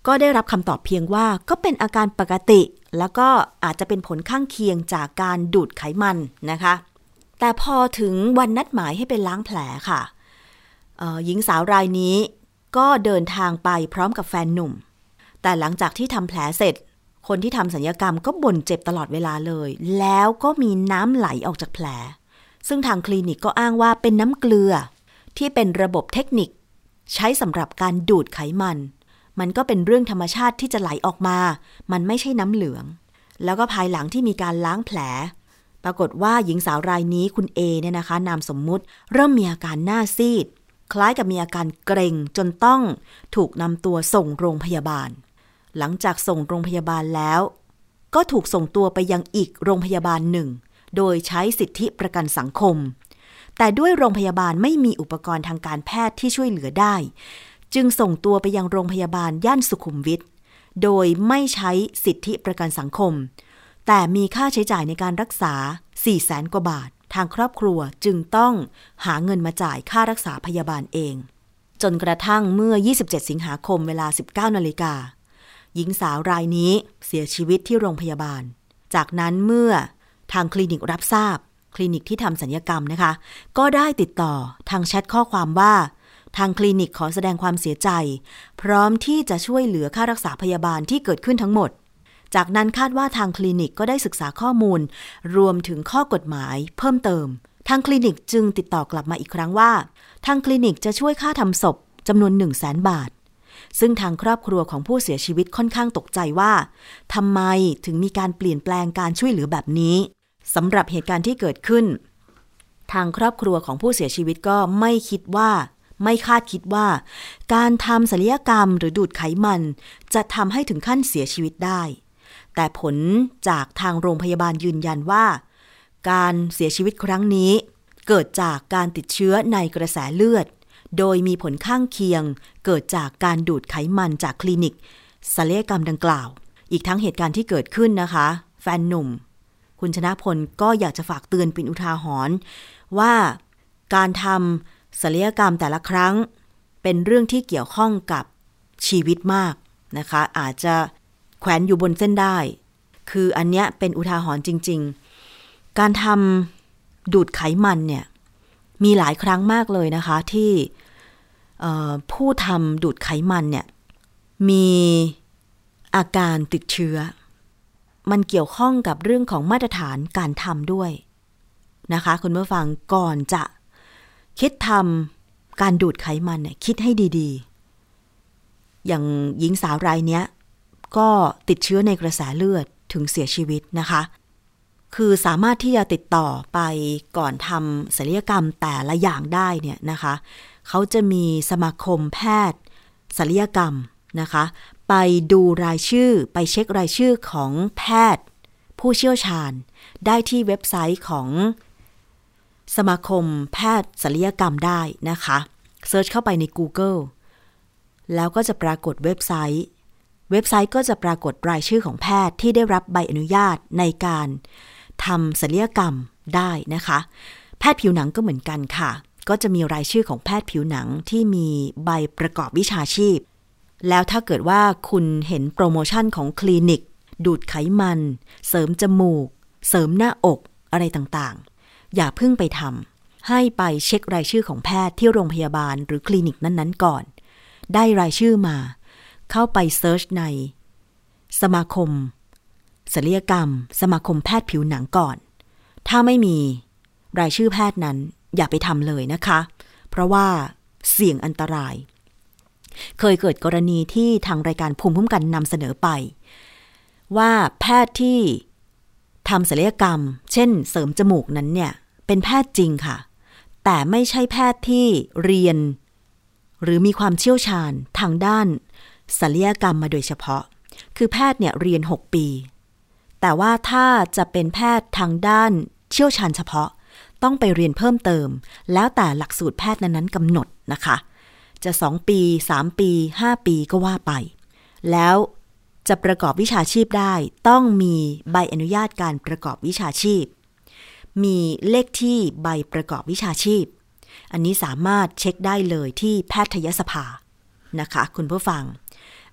ก็ได้รับคำตอบเพียงว่าก็เป็นอาการปกติแล้วก็อาจจะเป็นผลข้างเคียงจากการดูดไขมันนะคะแต่พอถึงวันนัดหมายให้ไปล้างแผลค่ะหญิงสาวรายนี้ก็เดินทางไปพร้อมกับแฟนหนุ่มแต่หลังจากที่ทำแผลเสร็จคนที่ทำศัลยกรรมก็บ่นเจ็บตลอดเวลาเลยแล้วก็มีน้ำไหลออกจากแผลซึ่งทางคลินิกก็อ้างว่าเป็นน้ำเกลือที่เป็นระบบเทคนิคใช้สำหรับการดูดไขมันมันก็เป็นเรื่องธรรมชาติที่จะไหลออกมามันไม่ใช่น้ำเหลืองแล้วก็ภายหลังที่มีการล้างแผลปรากฏว่าหญิงสาวรายนี้คุณเอเนี่ยนะคะนามสมมุติเริ่มมีอาการหน้าซีดคล้ายกับมีอาการเกร็งจนต้องถูกนำตัวส่งโรงพยาบาลหลังจากส่งโรงพยาบาลแล้วก็ถูกส่งตัวไปยังอีกโรงพยาบาลหนึ่งโดยใช้สิทธิประกันสังคมแต่ด้วยโรงพยาบาลไม่มีอุปกรณ์ทางการแพทย์ที่ช่วยเหลือได้จึงส่งตัวไปยังโรงพยาบาลย่านสุขุมวิทโดยไม่ใช้สิทธิประกันสังคมแต่มีค่าใช้จ่ายในการรักษา สี่แสน กว่าบาททางครอบครัวจึงต้องหาเงินมาจ่ายค่ารักษาพยาบาลเองจนกระทั่งเมื่อยี่สิบเจ็ดสิงหาคมเวลา สิบเก้านาฬิกาหญิงสาวรายนี้เสียชีวิตที่โรงพยาบาลจากนั้นเมื่อทางคลินิกรับทราบคลินิกที่ทำศัลยกรรมนะคะก็ได้ติดต่อทางแชทข้อความว่าทางคลินิกขอแสดงความเสียใจพร้อมที่จะช่วยเหลือค่ารักษาพยาบาลที่เกิดขึ้นทั้งหมดจากนั้นคาดว่าทางคลินิกก็ได้ศึกษาข้อมูลรวมถึงข้อกฎหมายเพิ่มเติมทางคลินิกจึงติดต่อกลับมาอีกครั้งว่าทางคลินิกจะช่วยค่าทำศพจำนวน หนึ่งแสน บาทซึ่งทางครอบครัวของผู้เสียชีวิตค่อนข้างตกใจว่าทำไมถึงมีการเปลี่ยนแปลงการช่วยเหลือแบบนี้สำหรับเหตุการณ์ที่เกิดขึ้นทางครอบครัวของผู้เสียชีวิตก็ไม่คิดว่าไม่คาดคิดว่าการทำศัลยกรรมหรือดูดไขมันจะทำให้ถึงขั้นเสียชีวิตได้แต่ผลจากทางโรงพยาบาลยืนยันว่าการเสียชีวิตครั้งนี้เกิดจากการติดเชื้อในกระแสเลือดโดยมีผลข้างเคียงเกิดจากการดูดไขมันจากคลินิกศัลยกรรมดังกล่าวอีกทั้งเหตุการณ์ที่เกิดขึ้นนะคะแฟนหนุ่มคุณชนะพลก็อยากจะฝากเตือนเป็นอุทาหรณ์ว่าการทำศัลยกรรมแต่ละครั้งเป็นเรื่องที่เกี่ยวข้องกับชีวิตมากนะคะอาจจะแขวนอยู่บนเส้นได้คืออันเนี้ยเป็นอุทาหรณ์จริงๆการทำดูดไขมันเนี่ยมีหลายครั้งมากเลยนะคะที่ผู้ทำดูดไขมันเนี่ยมีอาการติดเชื้อมันเกี่ยวข้องกับเรื่องของมาตรฐานการทำด้วยนะคะคุณผู้ฟังก่อนจะคิดทำการดูดไขมันเนี่ยคิดให้ดีๆอย่างหญิงสาวรายเนี้ยก็ติดเชื้อในกระแสเลือดถึงเสียชีวิตนะคะคือสามารถที่จะติดต่อไปก่อนทำศัลยกรรมแต่ละอย่างได้เนี่ยนะคะเขาจะมีสมาคมแพทย์ศัลยกรรมนะคะไปดูรายชื่อไปเช็ครายชื่อของแพทย์ผู้เชี่ยวชาญได้ที่เว็บไซต์ของสมาคมแพทย์ศัลยกรรมได้นะคะเซิร์ชเข้าไปใน Google แล้วก็จะปรากฏเว็บไซต์เว็บไซต์ก็จะปรากฏรายชื่อของแพทย์ที่ได้รับใบอนุญาตในการทำศัลยกรรมได้นะคะแพทย์ผิวหนังก็เหมือนกันค่ะก็จะมีรายชื่อของแพทย์ผิวหนังที่มีใบประกอบวิชาชีพแล้วถ้าเกิดว่าคุณเห็นโปรโมชั่นของคลินิกดูดไขมันเสริมจมูกเสริมหน้าอกอะไรต่างๆอย่าเพิ่งไปทำให้ไปเช็ครายชื่อของแพทย์ที่โรงพยาบาลหรือคลินิกนั้นๆก่อนได้รายชื่อมาเข้าไปเซิร์ชในสมาคมศัลยกรรมสมาคมแพทย์ผิวหนังก่อนถ้าไม่มีรายชื่อแพทย์นั้นอย่าไปทำเลยนะคะเพราะว่าเสี่ยงอันตรายเคยเกิดกรณีที่ทางรายการภูมิคุ้มกันนำเสนอไปว่าแพทย์ที่ทำศัลยกรรมเช่นเสริมจมูกนั้นเนี่ยเป็นแพทย์จริงค่ะแต่ไม่ใช่แพทย์ที่เรียนหรือมีความเชี่ยวชาญทางด้านศัลยกรรมมาโดยเฉพาะคือแพทย์เนี่ยเรียนหกปีแต่ว่าถ้าจะเป็นแพทย์ทางด้านเชี่ยวชาญเฉพาะต้องไปเรียนเพิ่มเติมแล้วแต่หลักสูตรแพทย์นั้นๆกำหนดนะคะจะสองปีสามปีห้าปีก็ว่าไปแล้วจะประกอบวิชาชีพได้ต้องมีใบอนุญาตการประกอบวิชาชีพมีเลขที่ใบประกอบวิชาชีพอันนี้สามารถเช็คได้เลยที่แพทยสภานะคะคุณผู้ฟัง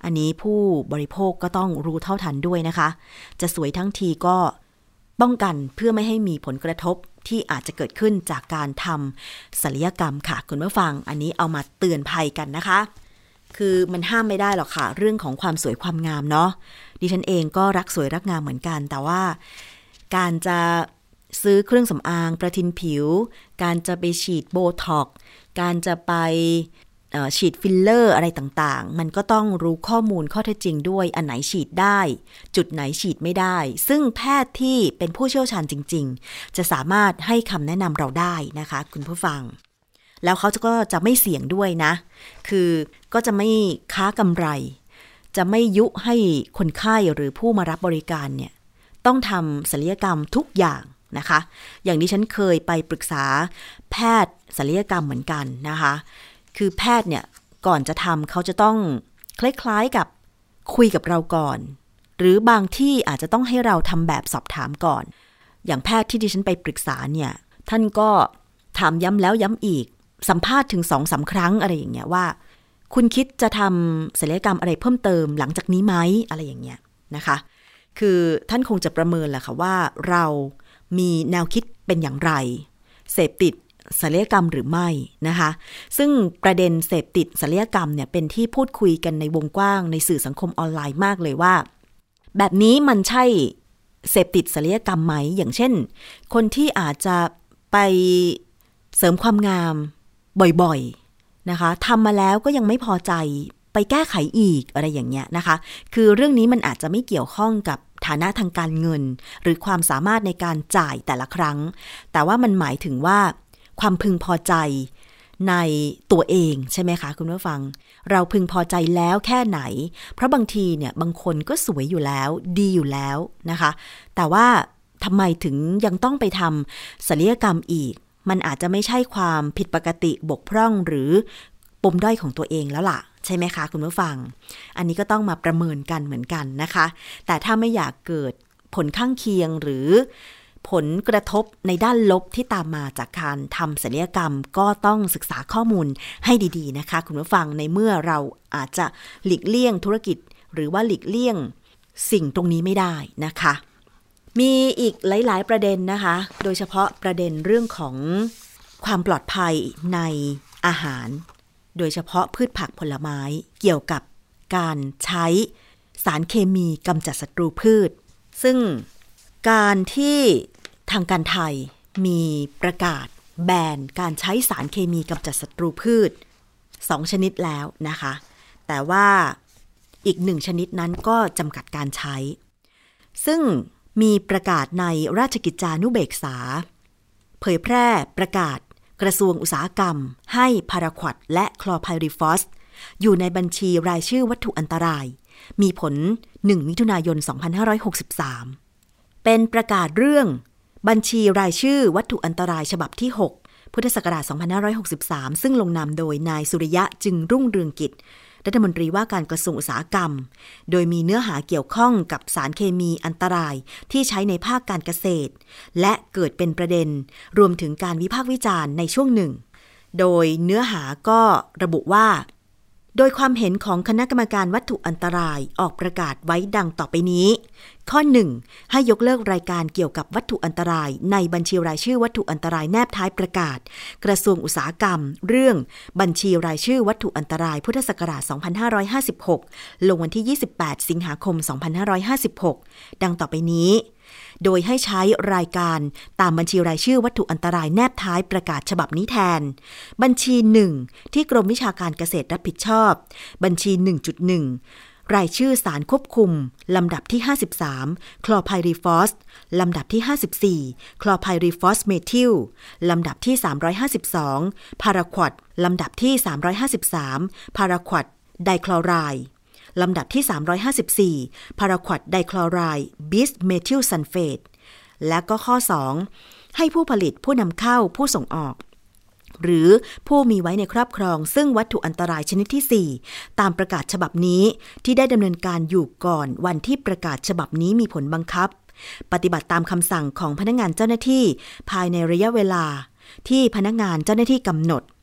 อันนี้ผู้บริโภคก็ต้องรู้เท่าทันด้วยนะคะจะสวยทั้งทีก็ป้องกันเพื่อไม่ให้มีผลกระทบที่อาจจะเกิดขึ้นจากการทำศัลยกรรมค่ะคุณผู้ฟังอันนี้เอามาเตือนภัยกันนะคะคือมันห้ามไม่ได้หรอกค่ะเรื่องของความสวยความงามเนาะดิฉันเองก็รักสวยรักงามเหมือนกันแต่ว่าการจะซื้อเครื่องสำอางประทินผิวการจะไปฉีดโบท็อกซ์การจะไปฉีดฟิลเลอร์อะไรต่างๆมันก็ต้องรู้ข้อมูลข้อเท็จจริงด้วยอันไหนฉีดได้จุดไหนฉีดไม่ได้ซึ่งแพทย์ที่เป็นผู้เชี่ยวชาญจริงๆจะสามารถให้คำแนะนำเราได้นะคะคุณผู้ฟังแล้วเขาก็จะไม่เสี่ยงด้วยนะคือก็จะไม่ค้ากำไรจะไม่ยุให้คนไข้หรือผู้มารับบริการเนี่ยต้องทำศัลยกรรมทุกอย่างนะคะอย่างที่ฉันเคยไปปรึกษาแพทย์ศัลยกรรมเหมือนกันนะคะคือแพทย์เนี่ยก่อนจะทำเขาจะต้องคล้ายๆกับคุยกับเราก่อนหรือบางที่อาจจะต้องให้เราทำแบบสอบถามก่อนอย่างแพทย์ที่ดิฉันไปปรึกษาเนี่ยท่านก็ถามย้ำแล้วย้ำอีกสัมภาษณ์ถึง สองถึงสาม ครั้งอะไรอย่างเงี้ยว่าคุณคิดจะทำศัลยกรรมอะไรเพิ่มเติมหลังจากนี้ไหมอะไรอย่างเงี้ยนะคะคือท่านคงจะประเมินแหละค่ะว่าเรามีแนวคิดเป็นอย่างไรเสพติดศัลยกรรมหรือไม่นะคะซึ่งประเด็นเสพติดศัลยกรรมเนี่ยเป็นที่พูดคุยกันในวงกว้างในสื่อสังคมออนไลน์มากเลยว่าแบบนี้มันใช่เสพติดศัลยกรรมไหมอย่างเช่นคนที่อาจจะไปเสริมความงามบ่อยๆนะคะทำมาแล้วก็ยังไม่พอใจไปแก้ไขอีกอะไรอย่างเงี้ยนะคะคือเรื่องนี้มันอาจจะไม่เกี่ยวข้องกับฐานะทางการเงินหรือความสามารถในการจ่ายแต่ละครั้งแต่ว่ามันหมายถึงว่าความพึงพอใจในตัวเองใช่ไหมคะคุณผู้ฟังเราพึงพอใจแล้วแค่ไหนเพราะบางทีเนี่ยบางคนก็สวยอยู่แล้วดีอยู่แล้วนะคะแต่ว่าทำไมถึงยังต้องไปทำศัลยกรรมอีกมันอาจจะไม่ใช่ความผิดปกติบกพร่องหรือปมด้อยของตัวเองแล้วล่ะใช่ไหมคะคุณผู้ฟังอันนี้ก็ต้องมาประเมินกันเหมือนกันนะคะแต่ถ้าไม่อยากเกิดผลข้างเคียงหรือผลกระทบในด้านลบที่ตามมาจากการทำศัลยกรรมก็ต้องศึกษาข้อมูลให้ดีๆนะคะคุณผู้ฟังในเมื่อเราอาจจะหลีกเลี่ยงธุรกิจหรือว่าหลีกเลี่ยงสิ่งตรงนี้ไม่ได้นะคะมีอีกหลายๆประเด็นนะคะโดยเฉพาะประเด็นเรื่องของความปลอดภัยในอาหารโดยเฉพาะพืชผักผลไม้เกี่ยวกับการใช้สารเคมีกำจัดศัตรูพืชซึ่งการที่ทางการไทยมีประกาศแบนการใช้สารเคมีกำจัดศัตรูพืชสองชนิดแล้วนะคะแต่ว่าอีกหนึ่งชนิดนั้นก็จำกัดการใช้ซึ่งมีประกาศในราชกิจจานุเบกษาเผยแพร่ประกาศกระทรวงอุตสาหกรรมให้พาราควอดและคลอไพริฟอสอยู่ในบัญชีรายชื่อวัตถุอันตรายมีผลหนึ่งมิถุนายนสองพันห้าร้อยหกสิบสามเป็นประกาศเรื่องบัญชีรายชื่อวัตถุอันตรายฉบับที่หกพุทธศักราชสองพันห้าร้อยหกสิบสามซึ่งลงนามโดยนายสุริยะจึงรุ่งเรืองกิจรัฐมนตรีว่าการกระทรวงอุตสาหกรรมโดยมีเนื้อหาเกี่ยวข้องกับสารเคมีอันตรายที่ใช้ในภาคการเกษตรและเกิดเป็นประเด็นรวมถึงการวิพากษ์วิจารณ์ในช่วงหนึ่งโดยเนื้อหาก็ระบุว่าโดยความเห็นของคณะกรรมการวัตถุอันตรายออกประกาศไว้ดังต่อไปนี้ข้อหนึ่งให้ยกเลิกรายการเกี่ยวกับวัตถุอันตรายในบัญชีรายชื่อวัตถุอันตรายแนบท้ายประกาศกระทรวงอุตสาหกรรมเรื่องบัญชีรายชื่อวัตถุอันตรายพุทธศักราชสองพันห้าร้อยห้าสิบหกลงวันที่ยี่สิบแปดสิงหาคมสองพันห้าร้อยห้าสิบหกดังต่อไปนี้โดยให้ใช้รายการตามบัญชีรายชื่อวัตถุอันตรายแนบท้ายประกาศฉบับนี้แทนบัญชีหนึ่งที่กรมวิชาการเกษตรรับผิดชอบบัญชี หนึ่งจุดหนึ่ง รายชื่อสารควบคุมลำดับที่ห้าสิบสามคลอไพริฟอสลำดับที่ห้าสิบสี่คลอไพริฟอสเมทิลลำดับที่สามร้อยห้าสิบสองพาราควอดลำดับที่สามร้อยห้าสิบสามพาราควอดไดคลอไรด์ลำดับที่สามร้อยห้าสิบสี่พาราควอดไดคลอไรด์บิสเมทิลซัลเฟตและก็ข้อสองให้ผู้ผลิตผู้นำเข้าผู้ส่งออกหรือผู้มีไว้ในครอบครองซึ่งวัตถุอันตรายชนิดที่สี่ตามประกาศฉบับนี้ที่ได้ดำเนินการอยู่ก่อนวันที่ประกาศฉบับนี้มีผลบังคับปฏิบัติตามคำสั่งของพนักงานเจ้าหน้าที่ภายในระยะเวลาที่พนักงานเจ้าหน้าที่กำหนด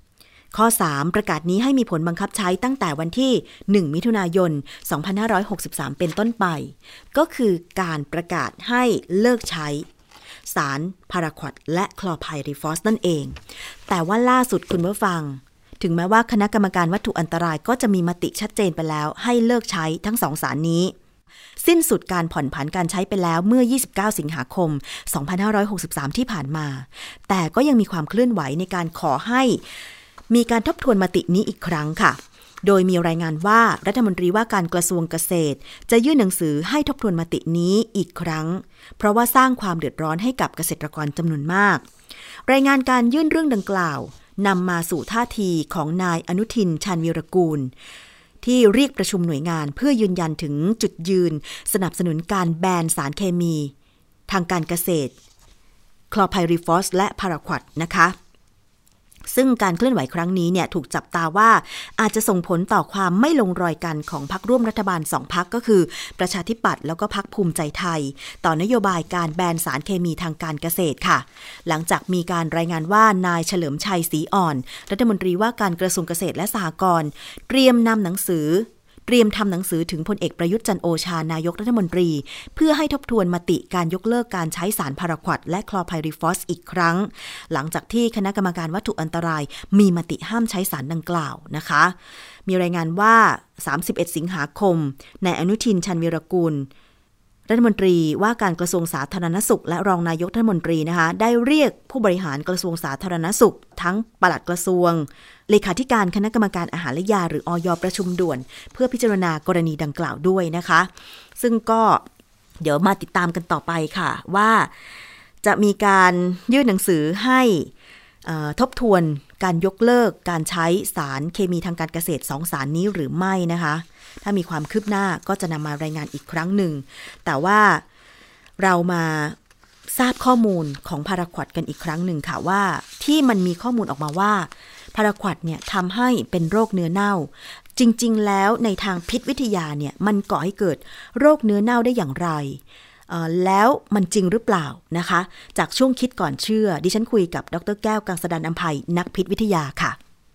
ข้อสามประกาศนี้ให้มีผลบังคับใช้ตั้งแต่วันที่หนึ่งมิถุนายนสองพันห้าร้อยหกสิบสามเป็นต้นไปก็คือการประกาศให้เลิกใช้สารพาราควอดและคลอไพริฟอสนั่นเองแต่ว่าล่าสุดคุณผู้ฟังถึงแม้ว่าคณะกรรมการวัตถุอันตรายก็จะมีมติชัดเจนไปแล้วให้เลิกใช้ทั้งสองสารนี้สิ้นสุดการผ่อนผันการใช้ไปแล้วเมื่อยี่สิบเก้าสิงหาคมสองพันห้าร้อยหกสิบสามที่ผ่านมาแต่ก็ยังมีความเคลื่อนไหวในการขอให้มีการทบทวนมตินี้อีกครั้งค่ะโดยมีรายงานว่ารัฐมนตรีว่าการกระทรวงเกษตรจะยื่นหนังสือให้ทบทวนมตินี้อีกครั้งเพราะว่าสร้างความเดือดร้อนให้กับเกษตรกรจำนวนมากรายงานการยื่นเรื่องดังกล่าวนำมาสู่ท่าทีของนายอนุทินชาญวีรกูลที่เรียกประชุมหน่วยงานเพื่อยืนยันถึงจุดยืนสนับสนุนการแบนสารเคมีทางการเกษตรคลอไพริฟอสและพาราควอดนะคะซึ่งการเคลื่อนไหวครั้งนี้เนี่ยถูกจับตาว่าอาจจะส่งผลต่อความไม่ลงรอยกันของพรรคร่วมรัฐบาลสองพรรคก็คือประชาธิปัตย์แล้วก็พรรคภูมิใจไทยต่อนโยบายการแบนสารเคมีทางการเกษตรค่ะหลังจากมีการรายงานว่านายเฉลิมชัยศรีอ่อนรัฐมนตรีว่าการกระทรวงเกษตรและสหกรณ์เตรียมนำหนังสือเตรียมทำหนังสือถึงพลเอกประยุทธ์จันทร์โอชานายกรัฐมนตรีเพื่อให้ทบทวนมติการยกเลิกการใช้สารพาราควอดและคลอไพริฟอสอีกครั้งหลังจากที่คณะกรรมการวัตถุอันตรายมีมติห้ามใช้สารดังกล่าวนะคะมีรายงานว่าสามสิบเอ็ดสิงหาคมนายอนุทินชาญวีรกูลรัฐมนตรีว่าการกระทรวงสาธารณสุขและรองนายกรัฐมนตรีนะคะได้เรียกผู้บริหารกระทรวงสาธารณสุขทั้งปลัดกระทรวงเลขาธิการคณะกรรมการอาหารและยาหรืออย.ประชุมด่วนเพื่อพิจารณากรณีดังกล่าวด้วยนะคะซึ่งก็เดี๋ยวมาติดตามกันต่อไปค่ะว่าจะมีการยื่นหนังสือให้ทบทวนการยกเลิกการใช้สารเคมีทางการเกษตรสองสารนี้หรือไม่นะคะถ้ามีความคืบหน้าก็จะนำมารายงานอีกครั้งหนึ่งแต่ว่าเรามาทราบข้อมูลของพาราควอดกันอีกครั้งหนึ่งค่ะว่าที่มันมีข้อมูลออกมาว่าพาราควอดเนี่ยทำให้เป็นโรคเนื้อเน่าจริงๆแล้วในทางพิษวิทยาเนี่ยมันก่อให้เกิดโรคเนื้อเน่าได้อย่างไรแล้วมันจริงหรือเปล่านะคะจากช่วงคิดก่อนเชื่อดิฉันคุยกับดร.แก้วกังสดาลอำไพนักพิษวิทยาค่ะ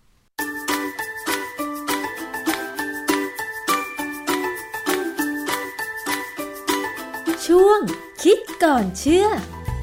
ช่วงคิดก่อนเชื่อ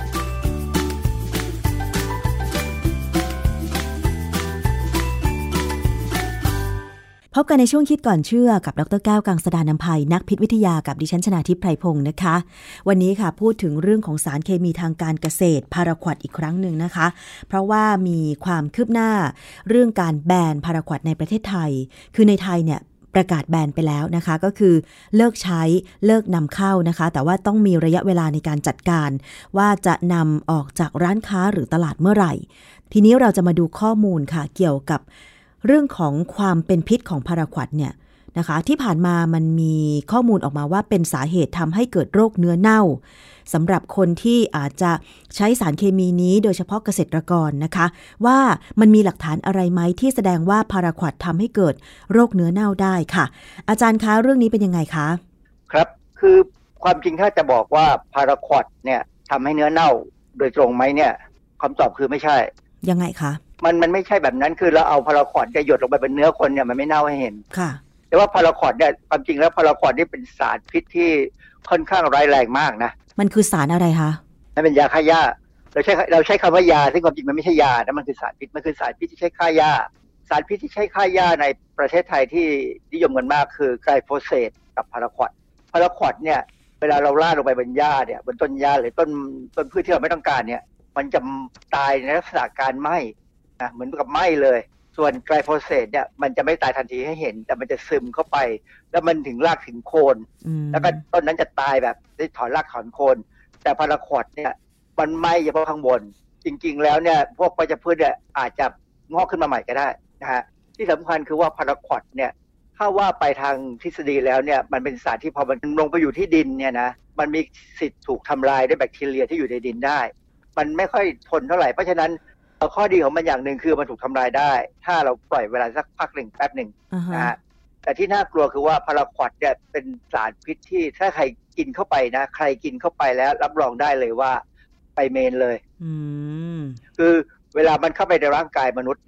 พบกันในช่วงคิดก่อนเชื่อกับดร.แก้วกังสดาลอำไพนักพิษวิทยากับดิฉันชนาทิพย์ไพรพงศ์นะคะวันนี้ค่ะพูดถึงเรื่องของสารเคมีทางการเกษตรพาราควอดอีกครั้งหนึ่งนะคะเพราะว่ามีความคืบหน้าเรื่องการแบนพาราควอดในประเทศไทยคือในไทยเนี่ยประกาศแบนไปแล้วนะคะก็คือเลิกใช้เลิกนำเข้านะคะแต่ว่าต้องมีระยะเวลาในการจัดการว่าจะนำออกจากร้านค้าหรือตลาดเมื่อไหร่ทีนี้เราจะมาดูข้อมูลค่ะเกี่ยวกับเรื่องของความเป็นพิษของพาราควอดเนี่ยนะคะที่ผ่านมามันมีข้อมูลออกมาว่าเป็นสาเหตุทำให้เกิดโรคเนื้อเน่าสำหรับคนที่อาจจะใช้สารเคมีนี้โดยเฉพาะเกษตรกรนะคะว่ามันมีหลักฐานอะไรไหมที่แสดงว่าพาราควอดทำให้เกิดโรคเนื้อเน่าได้ค่ะอาจารย์คะเรื่องนี้เป็นยังไงคะครับคือความจริงถ้าจะบอกว่าพาราควอดเนี่ยทำให้เนื้อเน่าโดยตรงไหมเนี่ยคำตอบคือไม่ใช่ยังไงคะมันมันไม่ใช่แบบนั้นคือเราเอาพาราควอดจะหยดลงไปบนเนื้อคนเนี่ยมันไม่เน่าให้เห็นค่ะแต่ว่าพาราควอดเนี่ยความจริงแล้วพาราควอดนี่เป็นสารพิษที่ค่อนข้างร้ายแรงมากนะมันคือสารอะไรคะมันเป็นยาฆ่าหญ้าเราใช้เราใช้คำว่ายาซึ่งความจริงมันไม่ใช่ยานะมันคือสารพิษมันคือสารพิษที่ใช้ฆ่าหญ้าสารพิษที่ใช้ฆ่าหญ้าในประเทศไทยที่นิยมกันมากคือไกลโฟเสตกับพาราควอดพาราควอดเนี่ยเวลาเราล่าลงไปบนหญ้าเนี่ยบนต้นหญ้าหรือต้นต้นพืชที่เราไม่ต้องการเนี่ยมันจะตายในลักษณะการไหม้นะเหมือนกับไหม้เลยส่วนไกลโฟเสตเนี่ยมันจะไม่ตายทันทีให้เห็นแต่มันจะซึมเข้าไปแล้วมันถึงรากถึงโคนแล้วก็ต้นนั้นจะตายแบบได้ถอนรากถอนโคนแต่พาราควอดเนี่ยมันไหม้เฉพาะข้างบนจริงๆแล้วเนี่ยพวกวัชพืชเนี่ยอาจจะงอกขึ้นมาใหม่ก็ได้นะฮะที่สำคัญคือว่าพาราควอดเนี่ยถ้าว่าไปทางทฤษฎีแล้วเนี่ยมันเป็นสารที่พอมันลงไปอยู่ที่ดินเนี่ยนะมันมีสิทธิ์ถูกทำลายด้วยแบคทีเรียที่อยู่ในดินได้มันไม่ค่อยทนเท่าไหร่เพราะฉะนั้นข้อดีของมันอย่างหนึ่งคือมันถูกทำลายได้ถ้าเราปล่อยเวลาสักพักหนึ่งแป๊บหนึ่ง uh-huh. นะฮะแต่ที่น่ากลัวคือว่าพาราควอดเนี่ยเป็นสารพิษที่ถ้าใครกินเข้าไปนะใครกินเข้าไปแล้วรับรองได้เลยว่าไปเมนเลย mm. คือเวลามันเข้าไปในร่างกายมนุษย์เนี่ย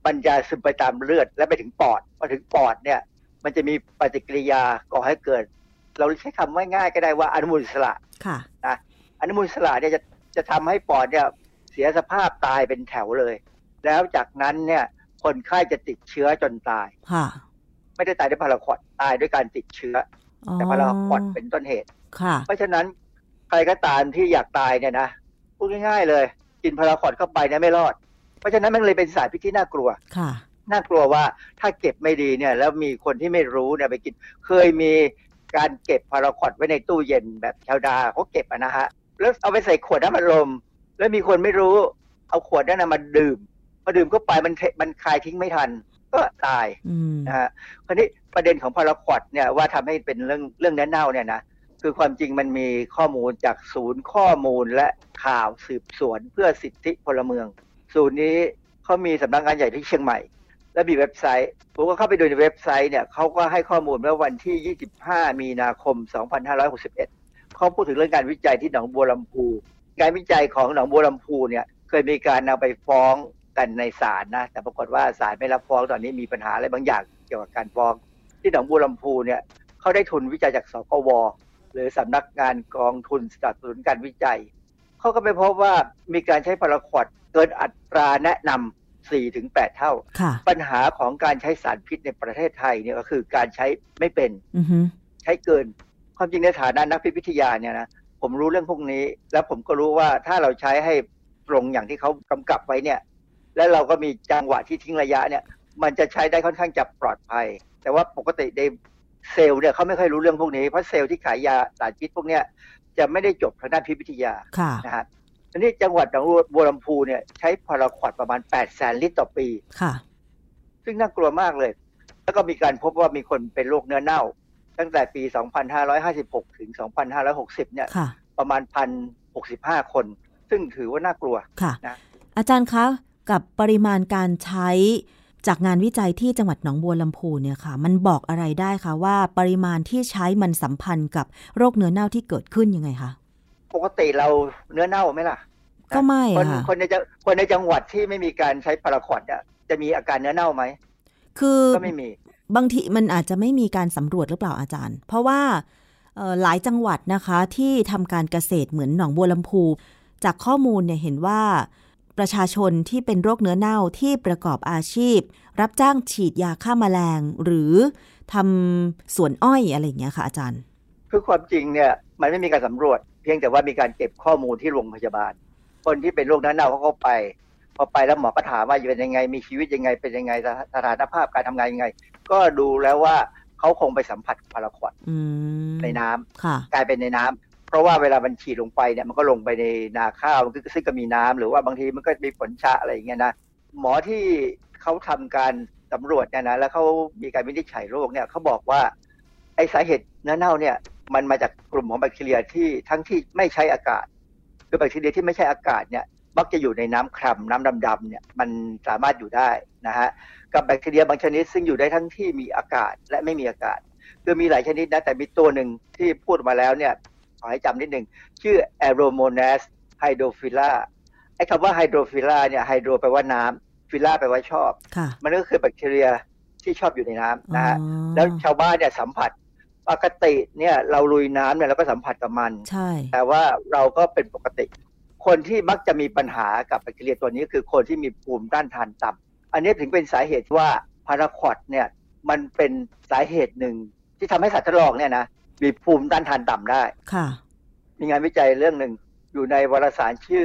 มันจะซึมไปตามเลือดและไปถึงปอดพอถึงปอดเนี่ยมันจะมีปฏิกิริยาก่อให้เกิดเราใช้คำง่ายๆก็ได้ว่าอนุมูลอิสระนะอนุมูลอิสระเนี่ยจะจะทำให้ปอดเนี่ยเสียสภาพตายเป็นแถวเลยแล้วจากนั้นเนี่ยคนไข้จะติดเชื้อจนตายไม่ได้ตายด้วยพาราควอดตายด้วยการติดเชื้อแต่พาราควอดเป็นต้นเหตุเพราะฉะนั้นใครก็ตามที่อยากตายเนี่ยนะพูดง่ายๆเลยกินพาราควอดเข้าไปเนี่ยไม่รอดเพราะฉะนั้นมันเลยเป็นสารพิษที่น่ากลัวน่ากลัวว่าถ้าเก็บไม่ดีเนี่ยแล้วมีคนที่ไม่รู้เนี่ยไปกินเคยมีการเก็บพาราควอดไว้ในตู้เย็นแบบชาวดาเขาเก็บนะฮะแล้วเอาไปใส่ขวดน้ำอัดลมแล้วมีคนไม่รู้เอาขวดนั้นมาดื่มพอดื่มเข้าไปมันมันคายทิ้งไม่ทันก็ตายนะฮะคราวนี้ประเด็นของพาราควอดเนี่ยว่าทำให้เป็นเรื่องเรื่องเนื้อเน่าเนี่ยนะคือความจริงมันมีข้อมูลจากศูนย์ข้อมูลและข่าวสืบสวนเพื่อสิทธิพลเมืองศูนย์นี้เขามีสำนักงานใหญ่ที่เชียงใหม่และมีเว็บไซต์ผมก็เข้าไปดูในเว็บไซต์เนี่ยเขาก็ให้ข้อมูลเมื่อวันที่ยี่สิบห้ามีนาคมสองพันห้าร้อยหกสิบเอ็ดเขาพูดถึงเรื่องการวิจัยที่หนองบัวลำพูการวิจัยของหนองบัวลำพูเนี่ยเคยมีการเอาไปฟ้องกันในศาลนะแต่ปรากฏว่าศาลไม่รับฟ้องตอนนี้มีปัญหาอะไรบางอย่างเกี่ยวกับการฟ้องที่หนองบัวลำพูเนี่ยเขาได้ทุนวิจัยจากสกวหรือสำนักงานกองทุนสนับสนุนการวิจัยเขาก็ไปพบว่ามีการใช้พาราควอดเกินอัตราแนะนำ สี่ถึงแปด เท่าปัญหาของการใช้สารพิษในประเทศไทยเนี่ยก็คือการใช้ไม่เป็น uh-huh. ใช้เกินความจริงในฐานะนักพิษวิทยาเนี่ยนะผมรู้เรื่องพวกนี้แล้วผมก็รู้ว่าถ้าเราใช้ให้ตรงอย่างที่เขากำกับไว้เนี่ยแล้วเราก็มีจังหวะที่ทิ้งระยะเนี่ยมันจะใช้ได้ค่อนข้างจะปลอดภัยแต่ว่าปกติในเซลล์เนี่ยเขาไม่ค่อยรู้เรื่องพวกนี้เพราะเซลล์ที่ขายยาสารพิษพวกเนี้ยจะไม่ได้จบทางด้านพิษวิทยานะฮะทีนี้จังหวัดหนองบัวลำพูเนี่ยใช้พาราควอดประมาณแปดแสนลิตรต่อปีค่ะซึ่งน่ากลัวมากเลยแล้วก็มีการพบว่ามีคนเป็นโรคเนื้อเน่าตั้งแต่ปีสองพันห้าร้อยห้าสิบหกถึงสองพันห้าร้อยหกสิบเนี่ยประมาณ หนึ่งพันหกสิบห้า คนซึ่งถือว่าน่ากลัวค่ะนะอาจารย์คะกับปริมาณการใช้จากงานวิจัยที่จังหวัดหนองบัวลำพูเนี่ยค่ะมันบอกอะไรได้คะว่าปริมาณที่ใช้มันสัมพันธ์กับโรคเนื้อเน่าที่เกิดขึ้นยังไงคะปกติเราเนื้อเน่าไหมล่ะก็ไม่คนคนในคนในจังหวัดที่ไม่มีการใช้พาราควอดเนี่ยจะมีอาการเนื้อเน่าไหมคือก็ไม่มีบางทีมันอาจจะไม่มีการสำรวจหรือเปล่าอาจารย์เพราะว่าหลายจังหวัดนะคะที่ทำการเกษตรเหมือนหนองบัวลำพูจากข้อมูลเนี่ยเห็นว่าประชาชนที่เป็นโรคเนื้อเน่าที่ประกอบอาชีพรับจ้างฉีดยาฆ่าแมลงหรือทำสวนอ้อยอะไรอย่างเงี้ยค่ะอาจารย์คือความจริงเนี่ยมันไม่มีการสำรวจเพียงแต่ว่ามีการเก็บข้อมูลที่โรงพยาบาลคนที่เป็นโรคเนื้อเน่าเขาก็ไปพอไปแล้วหมอก็ถามว่าเป็นยังไงมีชีวิตยังไงเป็นยังไงสถานภาพการทำงานยังไงก็ดูแล้วว่าเขาคงไปสัมผัสพาราควอดในน้ำกลายเป็นในน้ำเพราะว่าเวลามันฉีดลงไปเนี่ยมันก็ลงไปในนาข้าวมันก็ซึ่งก็มีน้ำหรือว่าบางทีมันก็มีฝนชะอะไรอย่างเงี้ยนะหมอที่เขาทำการสำรวจเนี่ยนะแล้วเขามีการวินิจฉัยโรคเนี่ยเขาบอกว่าไอสาเหตุเนื้อเน่าเนี่ยมันมาจากกลุ่มของแบคทีเรียที่ทั้งที่ไม่ใช้อากาศคือแบคทีเรียที่ไม่ใช่อากาศเนี่ยมักจะอยู่ในน้ำคร่ำน้ำดำๆเนี่ยมันสามารถอยู่ได้นะฮะกับแบคทีเรียบางชนิดซึ่งอยู่ได้ทั้งที่มีอากาศและไม่มีอากาศคือมีหลายชนิดนะแต่มีตัวหนึ่งที่พูดมาแล้วเนี่ยขอให้จำนิดหนึ่งชื่อ Aeromonas hydrophila ไอ้คำว่า hydrophila เนี่ย hydro แปลว่าน้ำ phila แปลว่าชอบมันก็คือแบคทีเรียที่ชอบอยู่ในน้ำนะฮะแล้วชาวบ้านเนี่ยสัมผัสปกติเนี่ยเราลุยน้ำเนี่ยเราก็สัมผัสกับมันใช่แต่ว่าเราก็เป็นปกติคนที่มักจะมีปัญหากับแบคทีเรียตัวนี้คือคนที่มีภูมิต้านทานต่ำอันนี้ถึงเป็นสาเหตุว่าพาราควอดเนี่ยมันเป็นสาเหตุหนึ่งที่ทำให้สัตว์ทดลองเนี่ยนะมีภูมิต้านทานต่ำได้ค่ะมีงานวิจัยเรื่องหนึ่งอยู่ในวารสารชื่อ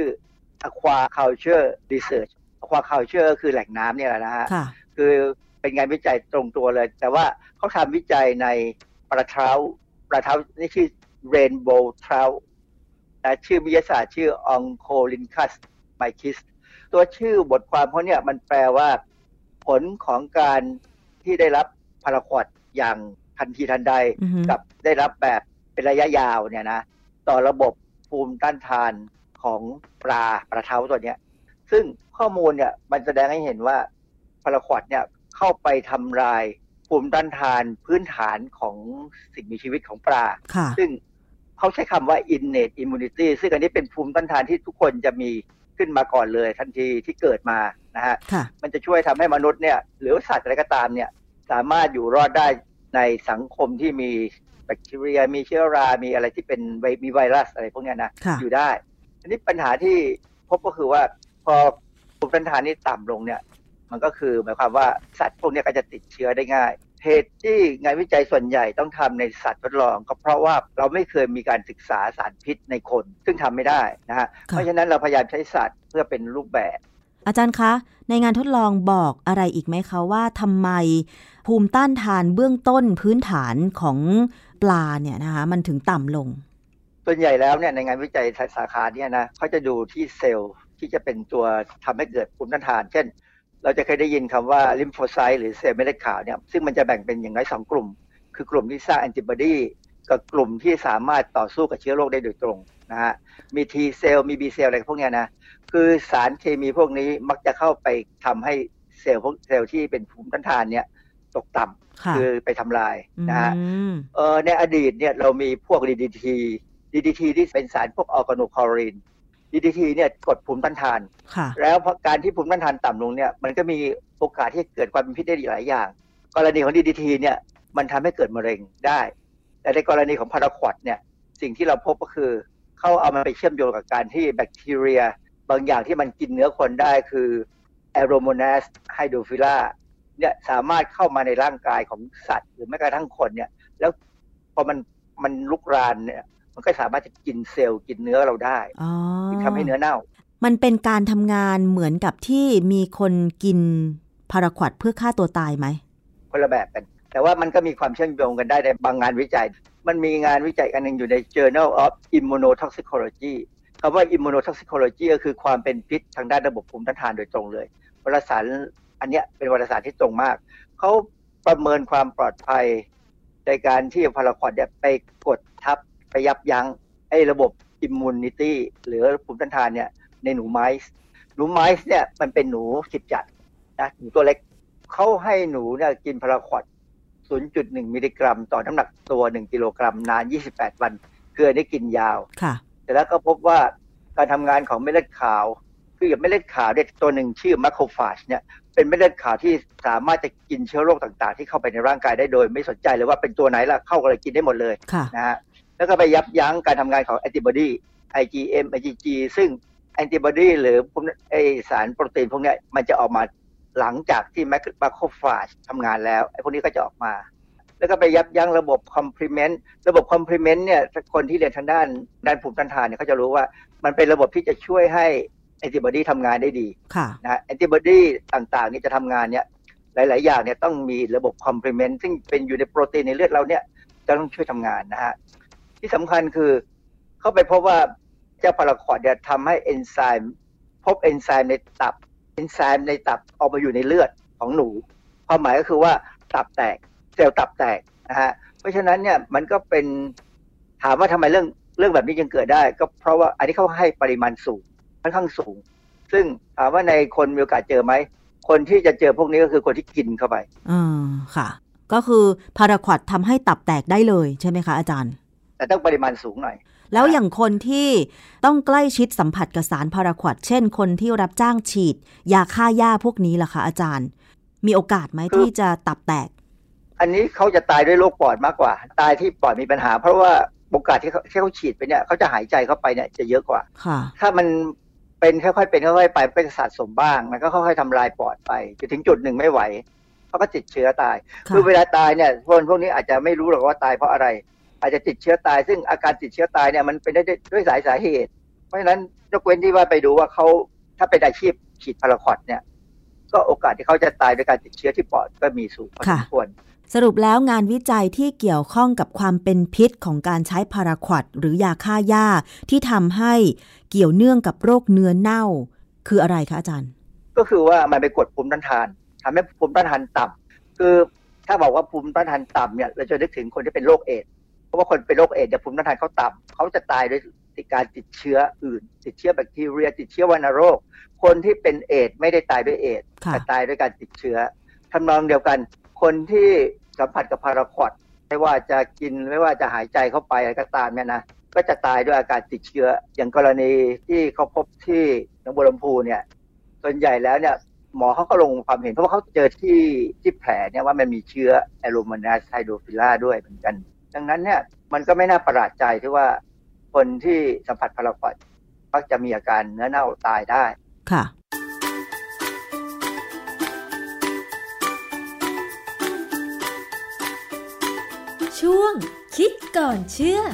Aquaculture Research Aquaculture คือแหล่งน้ำเนี่ยแหละนะฮะคือเป็นงานวิจัยตรงตัวเลยแต่ว่าเขาทำวิจัยในปลาเท้าปลาเท้านี่ชื่อ Rainbow Trout นะชื่อวิทยาศาสตร์ชื่อ Oncorhynchus mycis ตัวชื่อบทความเขาเนี่ยมันแปลว่าผลของการที่ได้รับพาราควอดอย่างทันทีทันใด mm-hmm. กับได้รับแบบเป็นระยะยาวเนี่ยนะต่อระบบภูมิต้านทานของปลาปลาเท้าตัวเนี้ยซึ่งข้อมูลเนี่ยมันแสดงให้เห็นว่าพาราควอดเนี่ยเข้าไปทำลายภูมิต้านทานพื้นฐานของสิ่งมีชีวิตของปลาซึ่งเขาใช้คำว่า innate immunity ซึ่งอันนี้เป็นภูมิต้านทานที่ทุกคนจะมีขึ้นมาก่อนเลยทันทีที่เกิดมานะฮะมันจะช่วยทำให้มนุษย์เนี่ยหรือสัตว์อะไรก็ตามเนี่ยสามารถอยู่รอดได้ในสังคมที่มีแบคทีเรียมีเชื้อรามีอะไรที่เป็นมีไวรัสอะไรพวกนี้นะอยู่ได้ทีนี้ปัญหาที่พบก็คือว่าพอภูมิต้านทานนี้ต่ำลงเนี่ยมันก็คือหมายความว่าสัตว์พวกนี้ก็จะติดเชื้อได้ง่ายเหตุที่งานวิจัยส่วนใหญ่ต้องทำในสัตว์ทดลองก็เพราะว่าเราไม่เคยมีการศึกษาสารพิษในคนซึ่งทำไม่ได้นะฮะเพราะฉะนั้นเราพยายามใช้สัตว์เพื่อเป็นรูปแบบอาจารย์คะในงานทดลองบอกอะไรอีกไหมคะว่าทำไมภูมิต้านทานเบื้องต้นพื้นฐานของปลาเนี่ยนะคะมันถึงต่ำลงส่วนใหญ่แล้วเนี่ยในงานวิจัยสาขาเนี่ยนะเขาจะดูที่เซลล์ที่จะเป็นตัวทำให้เกิดภูมิต้านทานเช่นเราจะเคยได้ยินคำว่าลิมโฟไซต์หรือเซลล์เม็ดเลือดขาวเนี่ยซึ่งมันจะแบ่งเป็นอย่างน้อยสองกลุ่มคือกลุ่มที่สร้างแอนติบอดีกับกลุ่มที่สามารถต่อสู้กับเชื้อโรคได้โดยตรงนะฮะมี T เซลล์มี B เซลล์อะไรพวกนี้นะคือสารเคมีพวกนี้มักจะเข้าไปทำให้เซลล์พวกเซลล์ที่เป็นภูมิต้านทานเนี่ยตกต่ำคือไปทำลายนะฮะเออในอดีตเนี่ยเรามีพวก ดี ดี ที ดี ดี ที ที่เป็นสารพวกออร์แกโนคลอรีน ดี ดี ที เนี่ยกดภูมิต้านทานแล้วเพราะการที่ภูมิต้านทานต่ำลงเนี่ยมันก็มีโอกาสที่เกิดความเป็นพิษได้หลายอย่างกรณีของ ดี ดี ที เนี่ยมันทำให้เกิดมะเร็งได้แต่ในกรณีของพาราควอดเนี่ยสิ่งที่เราพบก็คือเขาเอามาไปเชื่อมโยงกับการที่แบคทีเรียบางอย่างที่มันกินเนื้อคนได้คือแอโรโมนัสไฮโดรฟิล่าเนี่ยสามารถเข้ามาในร่างกายของสัตว์หรือแม้กระทั่งคนเนี่ยแล้วพอมันมันลุกรานเนี่ยมันก็สามารถจะกินเซลล์กินเนื้อเราได้ที่ทำให้เนื้อเน่ามันเป็นการทำงานเหมือนกับที่มีคนกินพาราควอดเพื่อฆ่าตัวตายไหมคนละแบบกันแต่ว่ามันก็มีความเชื่อมโยงกันได้ในบางงานวิจัยมันมีงานวิจัยอันนึงอยู่ใน Journal of Immunotoxicology คำว่า Immunotoxicology ก็คือความเป็นพิษทางด้านระบบภูมิต้านทานโดยตรงเลยวารสารอันเนี้ยเป็นวารสารที่ตรงมากเขาประเมินความปลอดภัยในการที่พาราควอดเนี่ยไปกดทับไปยับยั้งไอ้ระบบอิมมูนิตี้หรือภูมิต้านทานเนี่ยในหนูไมซ์หนูไมซ์เนี่ยมันเป็นหนูสิบจัดนะหนูตัวเล็กเขาให้หนูเนี่ยกินพาราควอด ศูนย์จุดหนึ่ง มิลลิกรัมต่อน้ำหนักตัวหนึ่งกิโลกรัมนานยี่สิบแปดวันคือได้กินยาวค่ะแต่แล้วก็พบว่าการทำงานของเม็ดเลือดขาวคือเม็ดเลือดขาวเนี่ยตัวหนึ่งชื่อแมคโครฟาจเนี่ยเป็นเม็ดเลือดขาวที่สามารถจะกินเชื้อโรคต่างๆที่เข้าไปในร่างกายได้โดยไม่สนใจเลยว่าเป็นตัวไหนล่ะเข้าอะไรกินได้หมดเลยนะฮะแล้วก็ไปยับยั้งการทำงานของแอนติบอดี ไอ จี เอ็ม ไอ จี จี ซึ่งแอนติบอดีหรือไอสารโปรตีนพวกนี้มันจะออกมาหลังจากที่แมคโครฟาจทำงานแล้วไอพวกนี้ก็จะออกมาแล้วก็ไปยับยั้งระบบคอมพลีเมนต์ระบบคอมพลีเมนต์เนี่ยคนที่เรียนทางด้านด้านภูมิต้านทานเนี่ยเขาจะรู้ว่ามันเป็นระบบที่จะช่วยให้แอนติบอดีทำงานได้ดีนะแอนติบอดีต่างๆนี่จะทำงานเนี่ยหลายๆอย่างเนี่ยต้องมีระบบคอมพลีเมนต์ซึ่งเป็นอยู่ในโปรตีนในเลือดเราเนี่ยจะต้องช่วยทำงานนะฮะที่สำคัญคือเขาไปพบว่าเจ้าพาราควอดเนี่ยทำให้เอนไซม์พบเอนไซม์ในตับเอนไซม์ในตับออกมาอยู่ในเลือดของหนูความหมายก็คือว่าตับแตกเซลล์ตับแตกนะฮะเพราะฉะนั้นเนี่ยมันก็เป็นถามว่าทำไมเรื่องเรื่องแบบนี้ยังเกิดได้ก็เพราะว่าอันนี้เขาให้ปริมาณสูงค่อนข้างสูงซึ่งถามว่าในคนมีโอกาสเจอไหมคนที่จะเจอพวกนี้ก็คือคนที่กินเข้าไปอืมค่ะก็คือพาราควอดทำให้ตับแตกได้เลยใช่ไหมคะอาจารย์แต่ต้องปริมาณสูงหน่อยแล้วอย่างคนที่ต้องใกล้ชิดสัมผัสกับสารพาราควอดเช่นคนที่รับจ้างฉีดยาฆ่าหญ้าพวกนี้ล่ะคะอาจารย์มีโอกาสไหมที่จะตับแตกอันนี้เขาจะตายด้วยโรคปอดมากกว่าตายที่ปอดมีปัญหาเพราะว่าโอกาสที่เขาที่เขาฉีดไปเนี่ยเขาจะหายใจเข้าไปเนี่ยจะเยอะกว่าถ้ามันเป็นค่อยๆเป็นค่อยๆไปเป็นสะสมบ้างมันก็ค่อยๆทำลายปอดไปจะถึงจุดหนึ่งไม่ไหวเขาก็ติดเชื้อตายคือเวลาตายเนี่ยคนพวกนี้อาจจะไม่รู้หรอกว่าตายเพราะอะไรอาจจะติดเชื้อตายซึ่งอาการติดเชื้อตายเนี่ยมันเป็นได้ด้วยสายสาเหตุเพราะฉะนั้นยกเว้นที่ว่าไปดูว่าเขาถ้าเป็นอาชีพฉีดพาราควอดเนี่ยก็โอกาสที่เขาจะตายด้วยการติดเชื้อที่ปอดก็มีสูงพอสมควรสรุปแล้วงานวิจัยที่เกี่ยวข้องกับความเป็นพิษของการใช้พาราควอดหรือยาฆ่าหญ้าที่ทำให้เกี่ยวเนื่องกับโรคเนื้อเน่าคืออะไรคะอาจารย์ก็คือว่ามันไปกดภูมิต้านทานทำให้ภูมิต้านทานต่ำคือถ้าบอกว่าภูมิต้านทานต่ำเนี่ยเราจะนึกถึงคนที่เป็นโรคเอดส์เพราะว่าคนเป็นโรคเอดส์เนี่ยภูมิต้านทานเขาต่ำเขาจะตายด้วยการติดเชื้ออื่นติดเชื้อแบคทีเรียติดเชื้อวัณโรคคนที่เป็นเอดส์ไม่ได้ตายด้วยเอดส์แต่ตายด้วยการติดเชื้อทำนองเดียวกันคนที่สัมผัสกับพาราควอดไม่ว่าจะกินไม่ว่าจะหายใจเข้าไปอะไรก็ตามเนี่ยนะก็จะตายด้วยอาการติดเชื้ออย่างกรณีที่เขาพบที่หนองบัวลำพูเนี่ยส่วนใหญ่แล้วเนี่ยหมอเขาก็ลงความเห็นเพราะว่าเขาเจอที่ที่แผลเนี่ยว่ามันมีเชื้อแอโรมานัสไฮโดรฟิลาด้วยเหมือนกันดังนั้นเนี่ยมันก็ไม่น่าประหลาดใจที่ว่าคนที่สัมผัสพาราควอตมักจะมีอาการเนื้อเน่าตายได้ค่ะช่วงคิดก่อนเชื่อ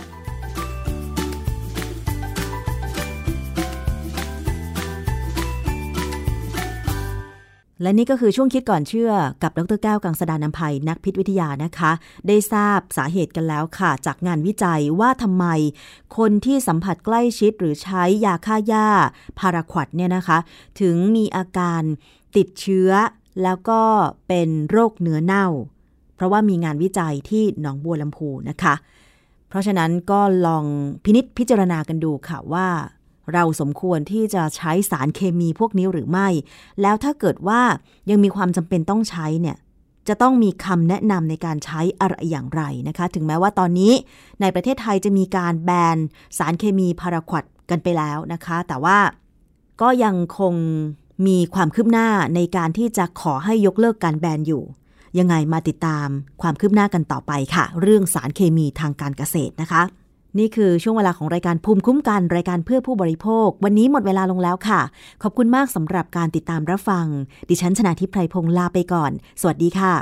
และนี่ก็คือช่วงคิดก่อนเชื่อกับดรแก้วกังสดาลอำไพนักพิษวิทยานะคะได้ทราบสาเหตุกันแล้วค่ะจากงานวิจัยว่าทำไมคนที่สัมผัสใกล้ชิดหรือใช้ยาฆ่าหญ้าพาราควอตเนี่ยนะคะถึงมีอาการติดเชื้อแล้วก็เป็นโรคเนื้อเน่าเพราะว่ามีงานวิจัยที่หนองบัวลำพูนะคะเพราะฉะนั้นก็ลองพินิจพิจารณากันดูค่ะว่าเราสมควรที่จะใช้สารเคมีพวกนี้หรือไม่แล้วถ้าเกิดว่ายังมีความจำเป็นต้องใช้เนี่ยจะต้องมีคำแนะนำในการใช้อะไรอย่างไรนะคะถึงแม้ว่าตอนนี้ในประเทศไทยจะมีการแบนสารเคมีพาราควอตกันไปแล้วนะคะแต่ว่าก็ยังคงมีความคืบหน้าในการที่จะขอให้ยกเลิกการแบนอยู่ยังไงมาติดตามความคืบหน้ากันต่อไปค่ะเรื่องสารเคมีทางการเกษตรนะคะนี่คือช่วงเวลาของรายการภูมิคุ้มกันรายการเพื่อผู้บริโภควันนี้หมดเวลาลงแล้วค่ะขอบคุณมากสำหรับการติดตามรับฟังดิฉันชนาธิป ไพรพงษ์ลาไปก่อนสวัสดีค่ะ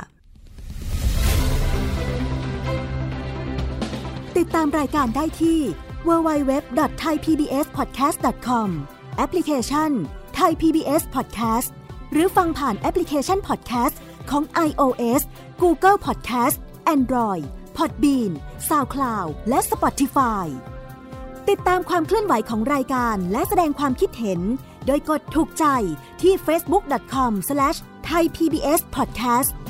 ติดตามรายการได้ที่ ดับเบิลยู ดับเบิลยู ดับเบิลยู ดอท ไทย พี บี เอส พอดแคสต์ ดอท คอม แอปพลิเคชัน Thai พี บี เอส Podcast หรือฟังผ่านแอปพลิเคชัน Podcast ของ iOS Google Podcast Android Podbean SoundCloud และ Spotify ติดตามความเคลื่อนไหวของรายการและแสดงความคิดเห็นโดยกดถูกใจที่ เฟซบุ๊ก ดอท คอม สแลช ไทย พี บี เอส พอดแคสต์